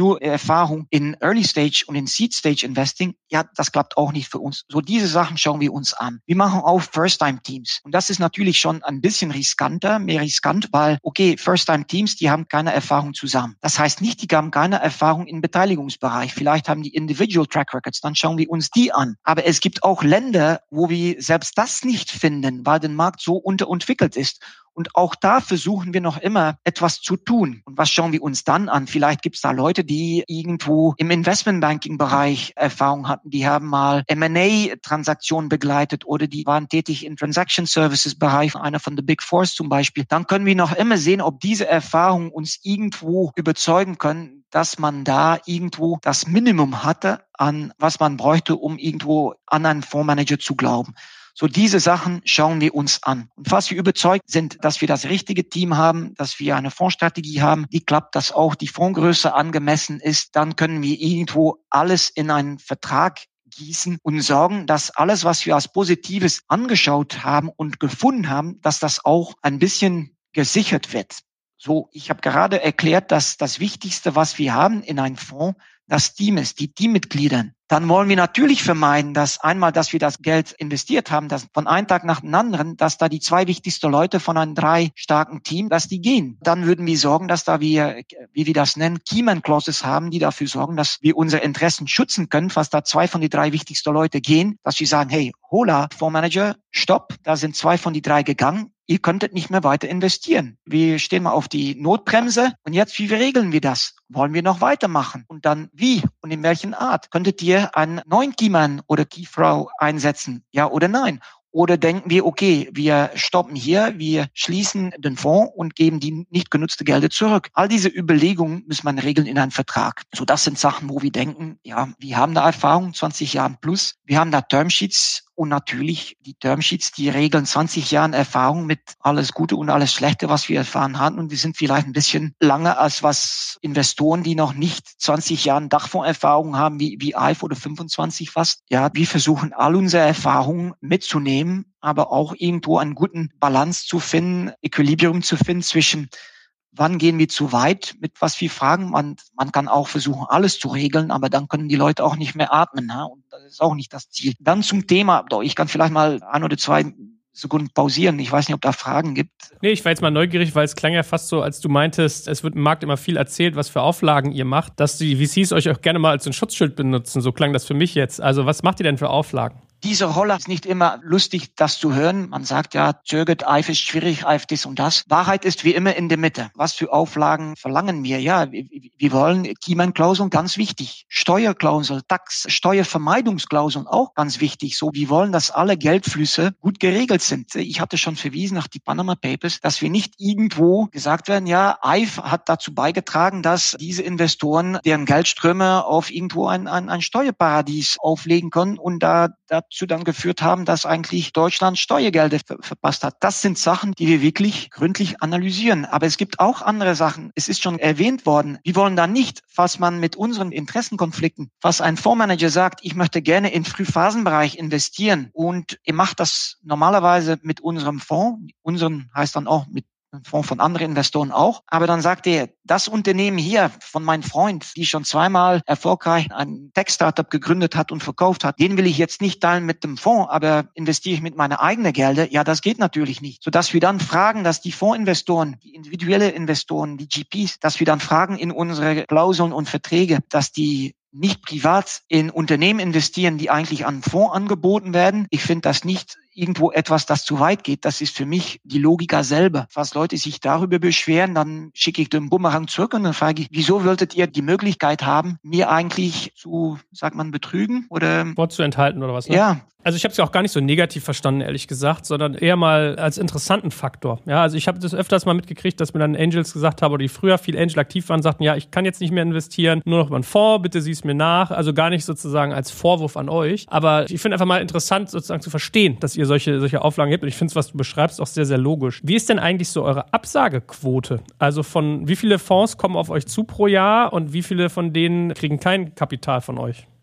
Erfahrung in Early Stage und in Seed Stage Investing, ja, das klappt auch nicht für uns. So diese Sachen schauen wir uns an. Wir machen auch First-Time-Teams. Und das ist natürlich schon ein bisschen mehr riskant, weil, okay, First-Time-Teams, die haben keine Erfahrung zusammen. Das heißt nicht, die haben keine Erfahrung im Beteiligungsbereich. Vielleicht haben die Individual Track Records, dann schauen wir uns die an. Aber es gibt auch Länder, wo wir selbst das nicht finden, weil der Markt so unterentwickelt ist. Und auch da versuchen wir noch immer etwas zu tun. Und was schauen wir uns dann an? Vielleicht gibt es da Leute, die irgendwo im Investmentbanking-Bereich Erfahrung hatten. Die haben mal M&A-Transaktionen begleitet oder die waren tätig im Transaction-Services-Bereich, einer von den Big Fours zum Beispiel. Dann können wir noch immer sehen, ob diese Erfahrungen uns irgendwo überzeugen können, dass man da irgendwo das Minimum hatte, an was man bräuchte, um irgendwo an einen Fondsmanager zu glauben. So diese Sachen schauen wir uns an. Und falls wir überzeugt sind, dass wir das richtige Team haben, dass wir eine Fondsstrategie haben, die klappt, dass auch die Fondsgröße angemessen ist, dann können wir irgendwo alles in einen Vertrag gießen und sorgen, dass alles, was wir als Positives angeschaut haben und gefunden haben, dass das auch ein bisschen gesichert wird. So, ich habe gerade erklärt, dass das Wichtigste, was wir haben in einem Fonds, das Team ist, die Teammitglieder. Dann wollen wir natürlich vermeiden, dass wir das Geld investiert haben, dass von einem Tag nach dem anderen, dass da die 2 wichtigsten Leute von einem 3 starken Team, dass die gehen. Dann würden wir sorgen, dass da wir, wie wir das nennen, Keyman Clauses haben, die dafür sorgen, dass wir unsere Interessen schützen können, falls da 2 von den 3 wichtigsten Leute gehen, dass wir sagen, hey, hola, Fondsmanager, stopp, da sind 2 von die 3 gegangen. Ihr könntet nicht mehr weiter investieren. Wir stehen mal auf die Notbremse und jetzt, wie regeln wir das? Wollen wir noch weitermachen? Und dann wie und in welchen Art? Könntet ihr einen neuen Keyman oder Keyfrau einsetzen? Ja oder nein? Oder denken wir, okay, wir stoppen hier, wir schließen den Fonds und geben die nicht genutzte Gelder zurück. All diese Überlegungen muss man regeln in einem Vertrag. So, das sind Sachen, wo wir denken, ja, wir haben da Erfahrung, 20 Jahren plus. Wir haben da Termsheets und natürlich die Termsheets, die regeln 20 Jahren Erfahrung mit alles Gute und alles Schlechte, was wir erfahren haben. Und die sind vielleicht ein bisschen langer als was Investoren, die noch nicht 20 Jahren Dachfondserfahrung haben, wie IFE oder 25 fast. Ja, wir versuchen all unsere Erfahrungen mitzunehmen, aber auch irgendwo einen guten Balance zu finden, Equilibrium zu finden zwischen wann gehen wir zu weit, mit was wir fragen. Man kann auch versuchen, alles zu regeln, aber dann können die Leute auch nicht mehr atmen. Ne? Und das ist auch nicht das Ziel. Dann zum Thema, ich kann vielleicht mal 1 oder 2 Sekunden pausieren. Ich weiß nicht, ob da Fragen gibt. Nee, ich war jetzt mal neugierig, weil es klang ja fast so, als du meintest, es wird im Markt immer viel erzählt, was für Auflagen ihr macht, dass die VCs euch auch gerne mal als ein Schutzschild benutzen. So klang das für mich jetzt. Also was macht ihr denn für Auflagen? Diese Rolle ist nicht immer lustig, das zu hören. Man sagt ja, zögert, IFE ist schwierig, IFE das und das. Wahrheit ist wie immer in der Mitte. Was für Auflagen verlangen wir? Ja, wir wollen Keyman-Klauseln, ganz wichtig. Steuerklausel, Tax, Steuervermeidungsklauseln, auch ganz wichtig. So, wir wollen, dass alle Geldflüsse gut geregelt sind. Ich hatte schon verwiesen nach die Panama Papers, dass wir nicht irgendwo gesagt werden, ja, IFE hat dazu beigetragen, dass diese Investoren deren Geldströme auf irgendwo ein Steuerparadies auflegen können und dazu dann geführt haben, dass eigentlich Deutschland Steuergelder verpasst hat. Das sind Sachen, die wir wirklich gründlich analysieren. Aber es gibt auch andere Sachen. Es ist schon erwähnt worden. Wir wollen da nicht, falls man mit unseren Interessenkonflikten, falls ein Fondsmanager sagt, ich möchte gerne im Frühphasenbereich investieren und ihr macht das normalerweise mit unserem Fonds, unseren heißt dann auch mit ein Fonds von anderen Investoren auch. Aber dann sagt er, das Unternehmen hier von meinem Freund, die schon 2-mal erfolgreich ein Tech-Startup gegründet hat und verkauft hat, den will ich jetzt nicht teilen mit dem Fonds, aber investiere ich mit meinen eigenen Gelder? Ja, das geht natürlich nicht. Sodass wir dann fragen, dass die Fondsinvestoren, die individuelle Investoren, die GPs, dass wir dann fragen in unsere Klauseln und Verträge, dass die nicht privat in Unternehmen investieren, die eigentlich an Fonds angeboten werden. Ich finde das nicht irgendwo etwas, das zu weit geht. Das ist für mich die Logik selber. Falls Leute sich darüber beschweren, dann schicke ich den Bumerang zurück und dann frage ich, wieso wolltet ihr die Möglichkeit haben, mir eigentlich zu, sagt man, betrügen oder vorzuenthalten oder was? Ne? Ja. Also ich habe es ja auch gar nicht so negativ verstanden, ehrlich gesagt, sondern eher mal als interessanten Faktor. Ja, also ich habe das öfters mal mitgekriegt, dass mir dann Angels gesagt haben, oder die früher viel Angel aktiv waren, sagten, ja, ich kann jetzt nicht mehr investieren, nur noch über einen Fonds, bitte sieh es mir nach. Also gar nicht sozusagen als Vorwurf an euch. Aber ich finde einfach mal interessant, sozusagen zu verstehen, dass ihr solche Auflagen gibt. Und ich finde es, was du beschreibst, auch sehr, sehr logisch. Wie ist denn eigentlich so eure Absagequote? Also von wie viele Fonds kommen auf euch zu pro Jahr und wie viele von denen kriegen kein Kapital von euch?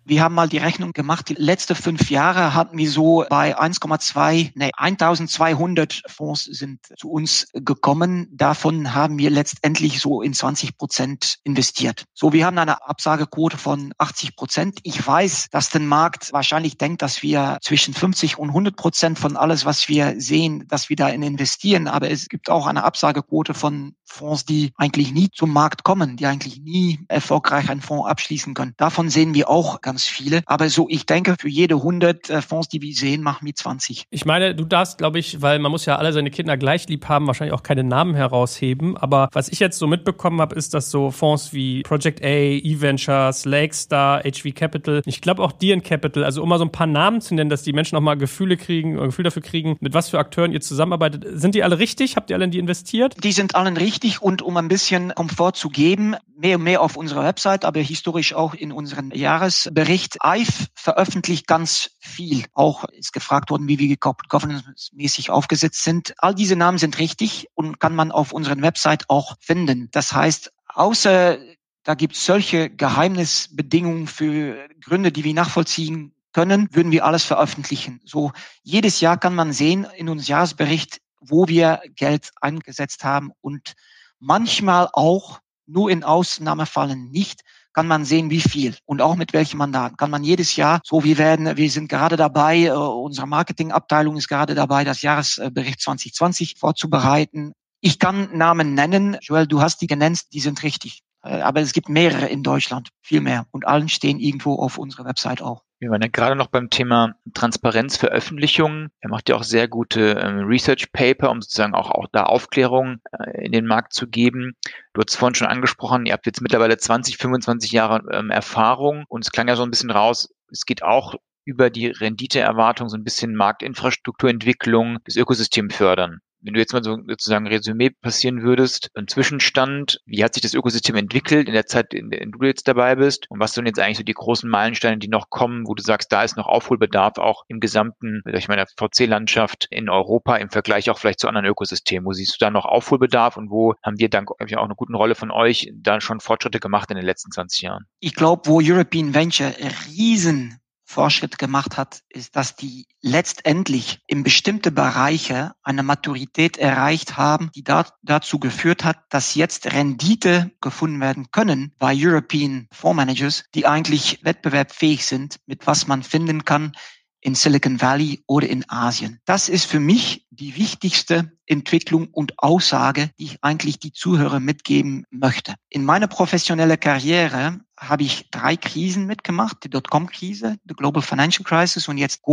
Wir haben mal die Rechnung gemacht. Die letzten 5 Jahre hatten wir so bei 1200 Fonds sind zu uns gekommen. Davon haben wir letztendlich so in 20% investiert. So, wir haben eine Absagequote von 80%. Ich weiß, dass der Markt wahrscheinlich denkt, dass wir zwischen 50 und 100% von alles, was wir sehen, dass wir da investieren. Aber es gibt auch eine Absagequote von Fonds, die eigentlich nie zum Markt kommen, die eigentlich nie erfolgreich einen Fonds abschließen können. Davon sehen wir auch ganz viele. Aber so, ich denke, für jede 100 Fonds, die wir sehen, machen wir 20. Ich meine, du darfst, glaube ich, weil man muss ja alle seine Kinder gleich lieb haben, wahrscheinlich auch keine Namen herausheben. Aber was ich jetzt so mitbekommen habe, ist, dass so Fonds wie Project A, eVentures, Lakestar, HV Capital, ich glaube auch DN Capital, also um mal so ein paar Namen zu nennen, dass die Menschen auch mal Gefühl dafür kriegen, mit was für Akteuren ihr zusammenarbeitet. Sind die alle richtig? Habt ihr alle in die investiert? Die sind allen richtig, und um ein bisschen Komfort zu geben, mehr und mehr auf unserer Website, aber historisch auch in unserem Jahresbericht. IVE veröffentlicht ganz viel. Auch ist gefragt worden, wie wir Corporate Governance-mäßig aufgesetzt sind. All diese Namen sind richtig und kann man auf unserer Website auch finden. Das heißt, außer da gibt es solche Geheimnisbedingungen für Gründe, die wir nachvollziehen können, würden wir alles veröffentlichen. So, jedes Jahr kann man sehen in unserem Jahresbericht, wo wir Geld eingesetzt haben, und manchmal auch, nur in Ausnahmefällen nicht, kann man sehen, wie viel und auch mit welchen Mandaten. Kann man jedes Jahr, so wir sind gerade dabei, unsere Marketingabteilung ist gerade dabei, das Jahresbericht 2020 vorzubereiten. Ich kann Namen nennen, Joel, du hast die genannt, die sind richtig. Aber es gibt mehrere in Deutschland, viel mehr. Und allen stehen irgendwo auf unserer Website auch. Wir waren ja gerade noch beim Thema Transparenz, Veröffentlichungen. Er macht ja auch sehr gute Research Paper, um sozusagen auch da Aufklärung in den Markt zu geben. Du hast vorhin schon angesprochen, ihr habt jetzt mittlerweile 20, 25 Jahre Erfahrung, und es klang ja so ein bisschen raus, es geht auch über die Renditeerwartung so ein bisschen Marktinfrastrukturentwicklung, das Ökosystem fördern. Wenn du jetzt mal so sozusagen Resümee passieren würdest, ein Zwischenstand, wie hat sich das Ökosystem entwickelt in der Zeit, in der du jetzt dabei bist, und was sind jetzt eigentlich so die großen Meilensteine, die noch kommen, wo du sagst, da ist noch Aufholbedarf auch im gesamten, sag ich mal, der VC-Landschaft in Europa im Vergleich auch vielleicht zu anderen Ökosystemen. Wo siehst du da noch Aufholbedarf und wo haben wir dank auch einer guten Rolle von euch da schon Fortschritte gemacht in den letzten 20 Jahren? Ich glaube, wo European Venture riesen Fortschritt gemacht hat, ist, dass die letztendlich in bestimmte Bereiche eine Maturität erreicht haben, die dazu geführt hat, dass jetzt Rendite gefunden werden können bei European Fondsmanagers, die eigentlich wettbewerbsfähig sind, mit was man finden kann in Silicon Valley oder in Asien. Das ist für mich die wichtigste Entwicklung und Aussage, die ich eigentlich die Zuhörer mitgeben möchte. In meiner professionellen Karriere habe ich 3 Krisen mitgemacht: die Dotcom-Krise, die Global Financial Crisis und jetzt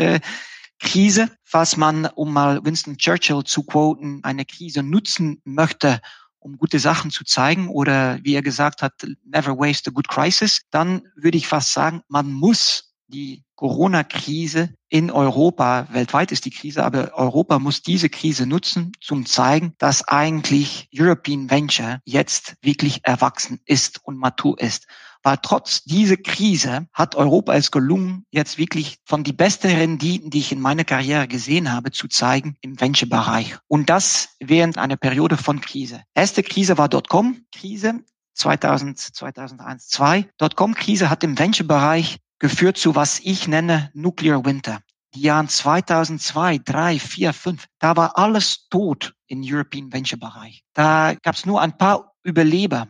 Covid-Krise. Falls man, um mal Winston Churchill zu quoten, eine Krise nutzen möchte, um gute Sachen zu zeigen, oder wie er gesagt hat, never waste a good crisis, dann würde ich fast sagen, man muss die Corona-Krise in Europa, weltweit ist die Krise, aber Europa muss diese Krise nutzen, zum zeigen, dass eigentlich European Venture jetzt wirklich erwachsen ist und matur ist. Weil trotz dieser Krise hat Europa es gelungen, jetzt wirklich von die besten Renditen, die ich in meiner Karriere gesehen habe, zu zeigen im Venture-Bereich. Und das während einer Periode von Krise. Erste Krise war Dotcom-Krise, 2001, 2002. Dotcom-Krise hat im Venture-Bereich geführt zu, was ich nenne, Nuclear Winter. Die Jahren 2002, 3, 4, 5, da war alles tot im European Venture Bereich. Da gab es nur ein paar Überleber.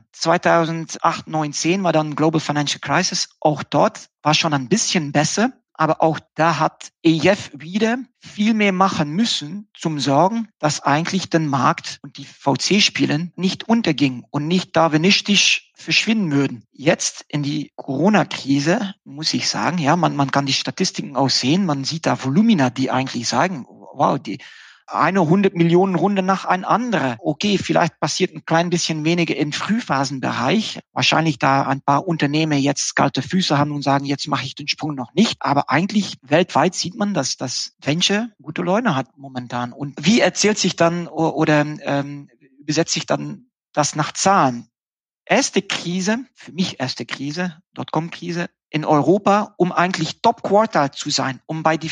2008, 9, 10 war dann Global Financial Crisis. Auch dort war schon ein bisschen besser. Aber auch da hat EIF wieder viel mehr machen müssen, zum Sorgen, dass eigentlich der Markt und die VC-Spielen nicht untergingen und nicht darwinistisch verschwinden würden. Jetzt in die Corona-Krise muss ich sagen, ja, man kann die Statistiken auch sehen, man sieht da Volumina, die eigentlich sagen, wow, die eine 100 Millionen Runde nach ein anderer. Okay, vielleicht passiert ein klein bisschen weniger im Frühphasenbereich. Wahrscheinlich da ein paar Unternehmen jetzt kalte Füße haben und sagen, jetzt mache ich den Sprung noch nicht. Aber eigentlich weltweit sieht man, dass das Venture gute Laune hat momentan. Und wie erzählt sich dann oder übersetzt sich dann das nach Zahlen? Erste Krise, für mich erste Krise, Dotcom-Krise, in Europa, um eigentlich Top-Quartal zu sein, um bei die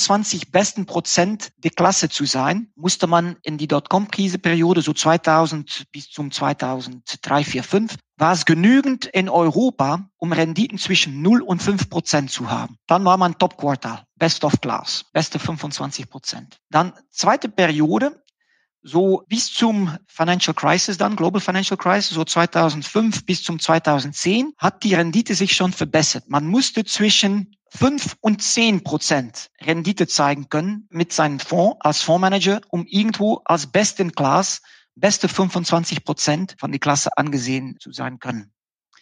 25 besten Prozent der Klasse zu sein, musste man in die Dotcom-Krise-Periode so 2000 bis zum 2003, 4, 5, war es genügend in Europa, um Renditen zwischen 0 und 5% zu haben. Dann war man Top-Quartal, Best of Class, beste 25%. Dann zweite Periode, so bis zum Financial Crisis dann, Global Financial Crisis, so 2005 bis zum 2010, hat die Rendite sich schon verbessert. Man musste zwischen 5 und 10% Rendite zeigen können mit seinem Fonds als Fondsmanager, um irgendwo als Best in Class, beste 25% von der Klasse angesehen zu sein können.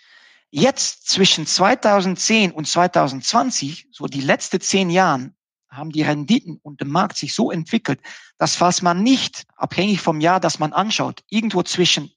Jetzt zwischen 2010 und 2020, so die letzten 10 Jahren, haben die Renditen und der Markt sich so entwickelt, dass falls man nicht, abhängig vom Jahr, das man anschaut, irgendwo zwischen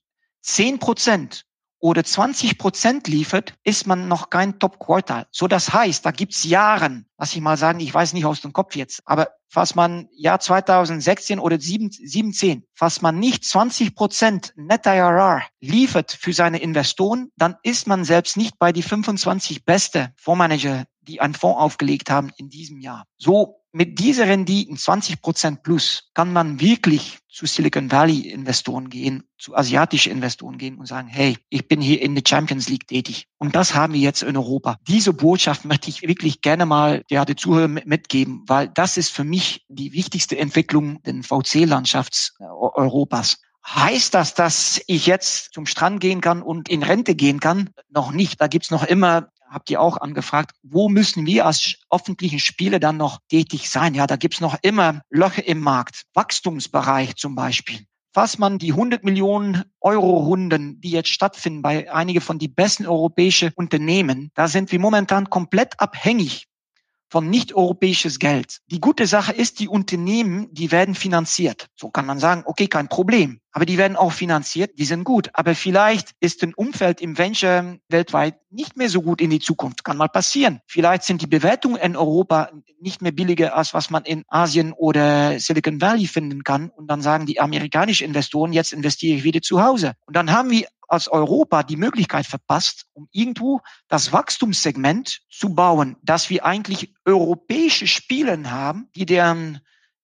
10% oder 20% liefert, ist man noch kein Top-Quartal. So, das heißt, da gibt's Jahren, lass ich mal sagen, ich weiß nicht aus dem Kopf jetzt, aber falls man Jahr 2016 oder 17, falls man nicht 20% Net IRR liefert für seine Investoren, dann ist man selbst nicht bei die 25 beste Fondsmanager, die einen Fonds aufgelegt haben in diesem Jahr. So, mit dieser Renditen 20% plus kann man wirklich zu Silicon Valley Investoren gehen, zu asiatischen Investoren gehen und sagen, hey, ich bin hier in der Champions League tätig. Und das haben wir jetzt in Europa. Diese Botschaft möchte ich wirklich gerne mal die Zuhörer mitgeben, weil das ist für mich die wichtigste Entwicklung den VC-Landschafts Europas. Heißt das, dass ich jetzt zum Strand gehen kann und in Rente gehen kann? Noch nicht. Da gibt's noch immer, habt ihr auch angefragt, wo müssen wir als öffentlichen Spieler dann noch tätig sein? Ja, da gibt's noch immer Löcher im Markt. Wachstumsbereich zum Beispiel. Falls man die 100 Millionen Euro Runden, die jetzt stattfinden bei einigen von die besten europäischen Unternehmen, da sind wir momentan komplett abhängig von nicht-europäisches Geld. Die gute Sache ist, die Unternehmen, die werden finanziert. So kann man sagen, okay, kein Problem. Aber die werden auch finanziert, die sind gut. Aber vielleicht ist ein Umfeld im Venture weltweit nicht mehr so gut in die Zukunft. Kann mal passieren. Vielleicht sind die Bewertungen in Europa nicht mehr billiger, als was man in Asien oder Silicon Valley finden kann. Und dann sagen die amerikanischen Investoren, jetzt investiere ich wieder zu Hause. Und dann haben wir als Europa die Möglichkeit verpasst, um irgendwo das Wachstumssegment zu bauen, dass wir eigentlich europäische Spieler haben, die deren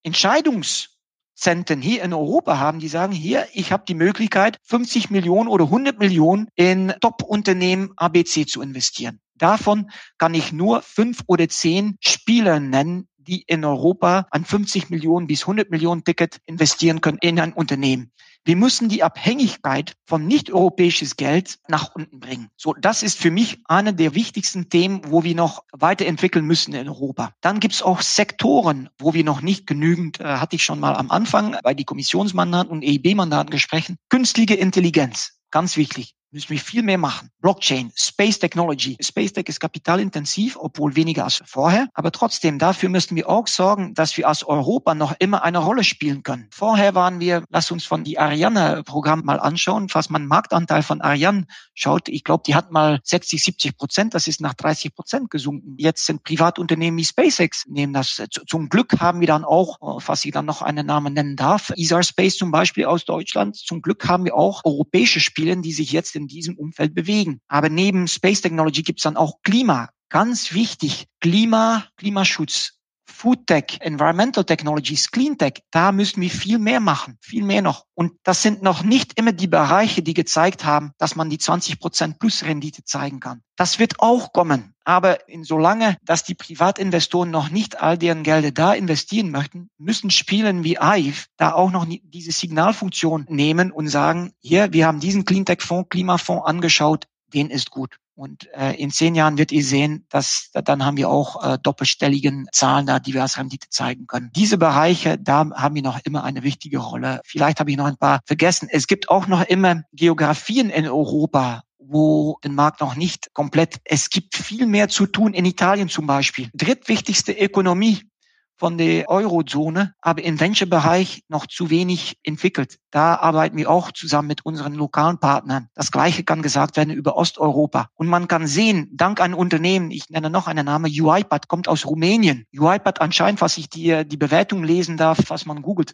Entscheidungszentren hier in Europa haben, die sagen, hier, ich habe die Möglichkeit, 50 Millionen oder 100 Millionen in Top-Unternehmen ABC zu investieren. Davon kann ich nur 5 oder 10 Spieler nennen, die in Europa ein 50 Millionen bis 100 Millionen Ticket investieren können in ein Unternehmen. Wir müssen die Abhängigkeit von nicht-europäisches Geld nach unten bringen. So, das ist für mich eine der wichtigsten Themen, wo wir noch weiterentwickeln müssen in Europa. Dann gibt's auch Sektoren, wo wir noch nicht genügend, hatte ich schon mal am Anfang bei die Kommissionsmandaten und EIB-Mandaten gesprochen. Künstliche Intelligenz, ganz wichtig. Müssen wir viel mehr machen. Blockchain, Space Technology. Space Tech ist kapitalintensiv, obwohl weniger als vorher. Aber trotzdem, dafür müssen wir auch sorgen, dass wir als Europa noch immer eine Rolle spielen können. Vorher waren wir, lass uns von die Ariane-Programm mal anschauen. Falls man Marktanteil von Ariane schaut, ich glaube, die hat mal 60-70%. Das ist nach 30% gesunken. Jetzt sind Privatunternehmen wie SpaceX nehmen das. Zum Glück haben wir dann auch, falls ich dann noch einen Namen nennen darf, Isar Space zum Beispiel aus Deutschland. Zum Glück haben wir auch europäische Spieler, die sich jetzt in diesem Umfeld bewegen. Aber neben Space Technology gibt es dann auch Klima. Ganz wichtig. Klimaschutz, Food Tech, Environmental Technologies, Clean Tech. Da müssen wir viel mehr machen. Viel mehr noch. Und das sind noch nicht immer die Bereiche, die gezeigt haben, dass man die 20% plus Rendite zeigen kann. Das wird auch kommen. Aber solange, dass die Privatinvestoren noch nicht all deren Gelder da investieren möchten, müssen Spielen wie IVE da auch noch diese Signalfunktion nehmen und sagen, hier, wir haben diesen Cleantech-Fonds, Klimafonds angeschaut, den ist gut. Und in 10 Jahren wird ihr sehen, dass dann haben wir auch doppelstelligen Zahlen da, die wir als Rendite zeigen können. Diese Bereiche, da haben wir noch immer eine wichtige Rolle. Vielleicht habe ich noch ein paar vergessen. Es gibt auch noch immer Geografien in Europa, wo den Markt noch nicht komplett, es gibt viel mehr zu tun in Italien zum Beispiel. Drittwichtigste Ökonomie von der Eurozone, aber im Venture-Bereich noch zu wenig entwickelt. Da arbeiten wir auch zusammen mit unseren lokalen Partnern. Das Gleiche kann gesagt werden über Osteuropa. Und man kann sehen, dank einem Unternehmen, ich nenne noch einen Namen, UiPath kommt aus Rumänien. UiPath anscheinend, was ich die Bewertung lesen darf, was man googelt,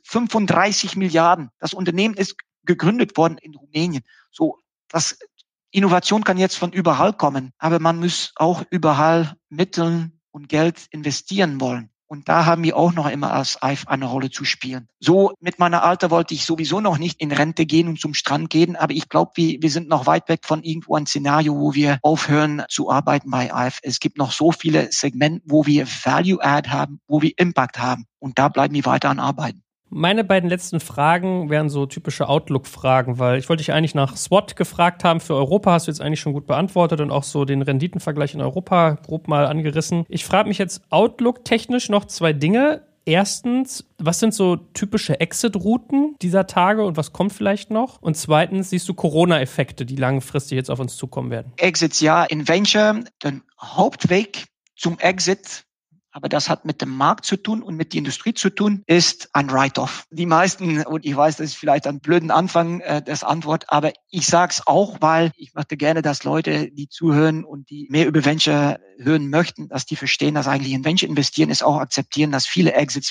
35 Milliarden. Das Unternehmen ist gegründet worden in Rumänien. So, Innovation kann jetzt von überall kommen, aber man muss auch überall Mittel und Geld investieren wollen. Und da haben wir auch noch immer als IVE eine Rolle zu spielen. So mit meiner Alter wollte ich sowieso noch nicht in Rente gehen und zum Strand gehen, aber ich glaube, wir sind noch weit weg von irgendwo ein Szenario, wo wir aufhören zu arbeiten bei IVE. Es gibt noch so viele Segmente, wo wir Value-Add haben, wo wir Impact haben. Und da bleiben wir weiter an arbeiten. Meine beiden letzten Fragen wären so typische Outlook-Fragen, weil ich wollte dich eigentlich nach SWOT gefragt haben. Für Europa hast du jetzt eigentlich schon gut beantwortet und auch so den Renditenvergleich in Europa grob mal angerissen. Ich frage mich jetzt Outlook-technisch noch 2 Dinge. Erstens, was sind so typische Exit-Routen dieser Tage und was kommt vielleicht noch? Und zweitens, siehst du Corona-Effekte, die langfristig jetzt auf uns zukommen werden? Exits, ja, in Venture, der Hauptweg zum Exit, aber das hat mit dem Markt zu tun und mit der Industrie zu tun, ist ein Write-off. Die meisten, und ich weiß, das ist vielleicht ein blöden Anfang des Antwort, aber ich sage es auch, weil ich möchte gerne, dass Leute, die zuhören und die mehr über Venture hören möchten, dass die verstehen, dass eigentlich in Venture investieren ist, auch akzeptieren, dass viele Exits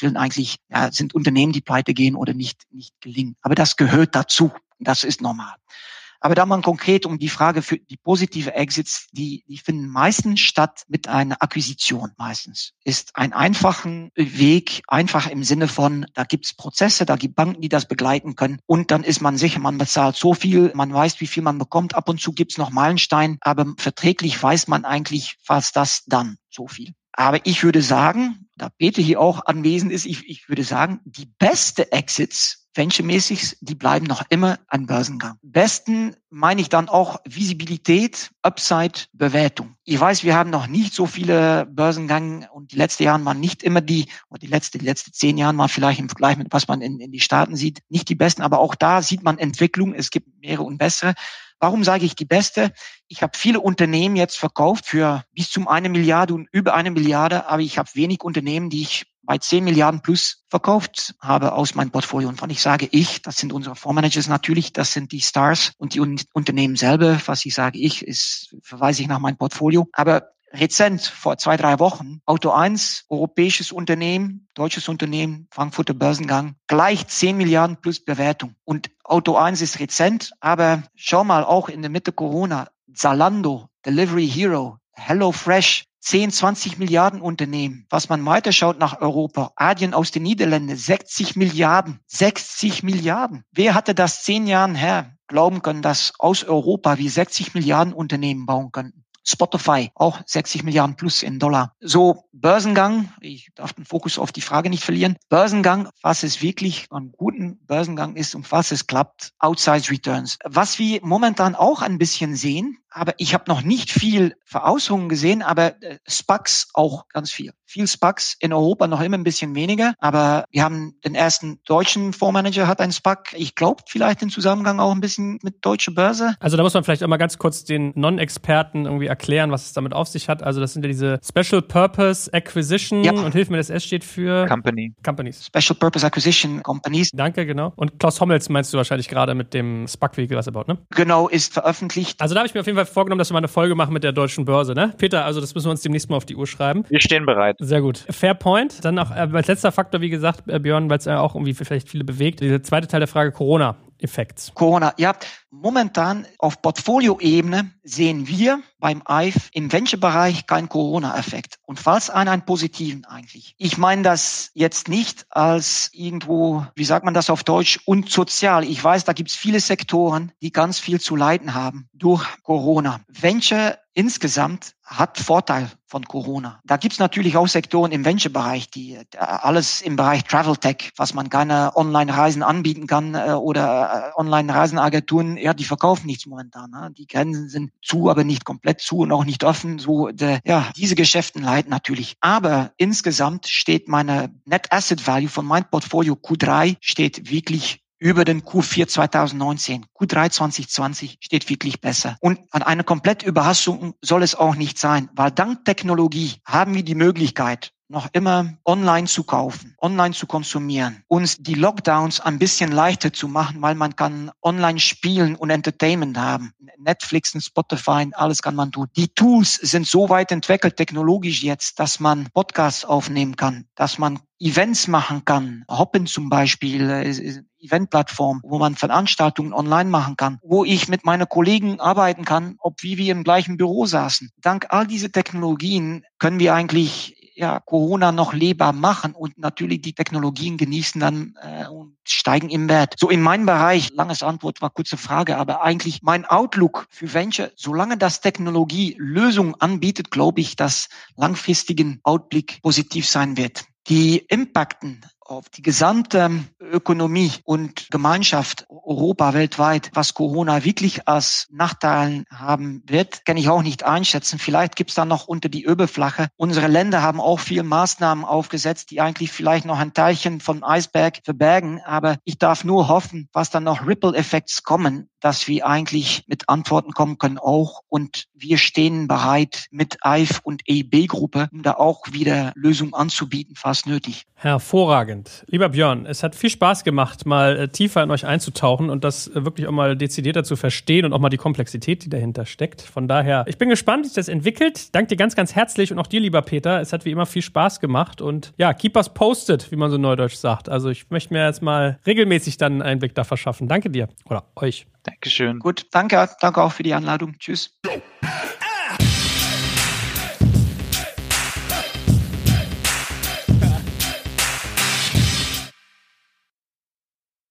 sind Unternehmen, die pleite gehen oder nicht gelingen. Aber das gehört dazu. Das ist normal. Aber da man konkret um die Frage für die positive Exits, die finden meistens statt mit einer Akquisition meistens. Ist ein einfachen Weg, einfach im Sinne von, da gibt's Prozesse, da gibt Banken, die das begleiten können und dann ist man sicher, man bezahlt so viel, man weiß, wie viel man bekommt, ab und zu gibt's noch Meilenstein, aber verträglich weiß man eigentlich fast das dann so viel. Aber ich würde sagen, da Peter hier auch anwesend ist, ich würde sagen, die beste Exits venture-mäßig, die bleiben noch immer an Börsengang. Besten meine ich dann auch Visibilität, Upside, Bewertung. Ich weiß, wir haben noch nicht so viele Börsengänge und die letzten Jahre waren nicht immer die letzten 10 Jahre mal vielleicht im Vergleich mit was man in die Staaten sieht, nicht die besten, aber auch da sieht man Entwicklung. Es gibt mehrere und bessere. Warum sage ich die beste? Ich habe viele Unternehmen jetzt verkauft für bis zum 1 Milliarde und über 1 Milliarde, aber ich habe wenig Unternehmen, die ich bei 10 Milliarden plus verkauft habe aus meinem Portfolio. Und wenn ich sage das sind unsere Fondsmanagers natürlich, das sind die Stars und die Unternehmen selber. Was ich sage verweise ich nach meinem Portfolio. Aber rezent, vor 2-3 Wochen, Auto 1, europäisches Unternehmen, deutsches Unternehmen, Frankfurter Börsengang, gleich 10 Milliarden plus Bewertung. Und Auto 1 ist rezent, aber schau mal, auch in der Mitte Corona, Zalando, Delivery Hero, HelloFresh, 10, 20 Milliarden Unternehmen. Was man weiterschaut nach Europa, Adyen aus den Niederlanden, 60 Milliarden. 60 Milliarden. Wer hatte das 10 Jahren her glauben können, dass aus Europa wir 60 Milliarden Unternehmen bauen könnten? Spotify, auch 60 Milliarden plus in Dollar. So, Börsengang, ich darf den Fokus auf die Frage nicht verlieren. Börsengang, was es wirklich einen guten Börsengang ist und was es klappt, Outsized Returns. Was wir momentan auch ein bisschen sehen, aber ich habe noch nicht viel Verausgaben gesehen, aber SPACs auch ganz viel. Viel SPACs, in Europa noch immer ein bisschen weniger, aber wir haben den ersten deutschen Fondsmanager, hat einen SPAC. Ich glaube vielleicht im Zusammenhang auch ein bisschen mit Deutsche Börse. Also da muss man vielleicht auch mal ganz kurz den Non-Experten irgendwie erklären, was es damit auf sich hat. Also das sind ja diese Special Purpose Acquisition und hilf mir, das S steht für Companies. Special Purpose Acquisition Companies. Danke, genau. Und Klaus Hommels meinst du wahrscheinlich gerade mit dem SPAC-Vehikel, was er baut, ne? Genau, ist veröffentlicht. Also da habe ich mir auf jeden Fall vorgenommen, dass wir mal eine Folge machen mit der Deutschen Börse, ne? Peter, also das müssen wir uns demnächst mal auf die Uhr schreiben. Wir stehen bereit. Sehr gut. Fair point. Dann auch als letzter Faktor, wie gesagt, Björn, weil es ja auch irgendwie vielleicht viele bewegt, der zweite Teil der Frage Corona-Effekts. Corona, ja. Momentan auf Portfolioebene sehen wir beim IVE im Venture-Bereich keinen Corona-Effekt. Und falls einen positiven eigentlich. Ich meine das jetzt nicht als irgendwo, wie sagt man das auf Deutsch, unsozial. Ich weiß, da gibt es viele Sektoren, die ganz viel zu leiden haben durch Corona. Venture insgesamt hat Vorteil von Corona. Da gibt's natürlich auch Sektoren im Venture-Bereich, die alles im Bereich Travel Tech, was man keine Online-Reisen anbieten kann oder Online-Reisenagenturen, ja, die verkaufen nichts momentan. Ne? Die Grenzen sind zu, aber nicht komplett zu und auch nicht offen. So, diese Geschäften leiden natürlich. Aber insgesamt steht meine Net Asset Value von meinem Portfolio Q3 steht wirklich über den Q4 2019. Q3 2020 steht wirklich besser. Und an eine komplette Überraschung soll es auch nicht sein, weil dank Technologie haben wir die Möglichkeit, noch immer online zu kaufen, online zu konsumieren, uns die Lockdowns ein bisschen leichter zu machen, weil man kann online spielen und Entertainment haben. Netflix und Spotify, alles kann man tun. Die Tools sind so weit entwickelt technologisch jetzt, dass man Podcasts aufnehmen kann, dass man Events machen kann. Hopin zum Beispiel, Eventplattform, wo man Veranstaltungen online machen kann, wo ich mit meinen Kollegen arbeiten kann, ob wie wir im gleichen Büro saßen. Dank all dieser Technologien können wir eigentlich Corona noch lebbar machen und natürlich die Technologien genießen dann und steigen im Wert. So in meinem Bereich, langes Antwort, war kurze Frage, aber eigentlich mein Outlook für Venture, solange das Technologie Lösungen anbietet, glaube ich, dass langfristigen Outblick positiv sein wird. Die Impacten auf die gesamte Ökonomie und Gemeinschaft Europa weltweit, was Corona wirklich als Nachteil haben wird, kann ich auch nicht einschätzen. Vielleicht gibt's da noch unter die Oberfläche. Unsere Länder haben auch viele Maßnahmen aufgesetzt, die eigentlich vielleicht noch ein Teilchen vom Eisberg verbergen. Aber ich darf nur hoffen, was dann noch Ripple-Effekte kommen, dass wir eigentlich mit Antworten kommen können auch. Und wir stehen bereit mit EIF und EIB-Gruppe, um da auch wieder Lösungen anzubieten, falls nötig. Hervorragend. Lieber Björn, es hat viel Spaß gemacht, mal tiefer in euch einzutauchen und das wirklich auch mal dezidierter zu verstehen und auch mal die Komplexität, die dahinter steckt. Von daher, ich bin gespannt, wie sich das entwickelt. Danke dir ganz, ganz herzlich und auch dir, lieber Peter. Es hat wie immer viel Spaß gemacht und ja, keep us posted, wie man so neudeutsch sagt. Also ich möchte mir jetzt mal regelmäßig dann einen Einblick da verschaffen. Danke dir oder euch. Dankeschön. Gut, danke auch für die Einladung. Tschüss.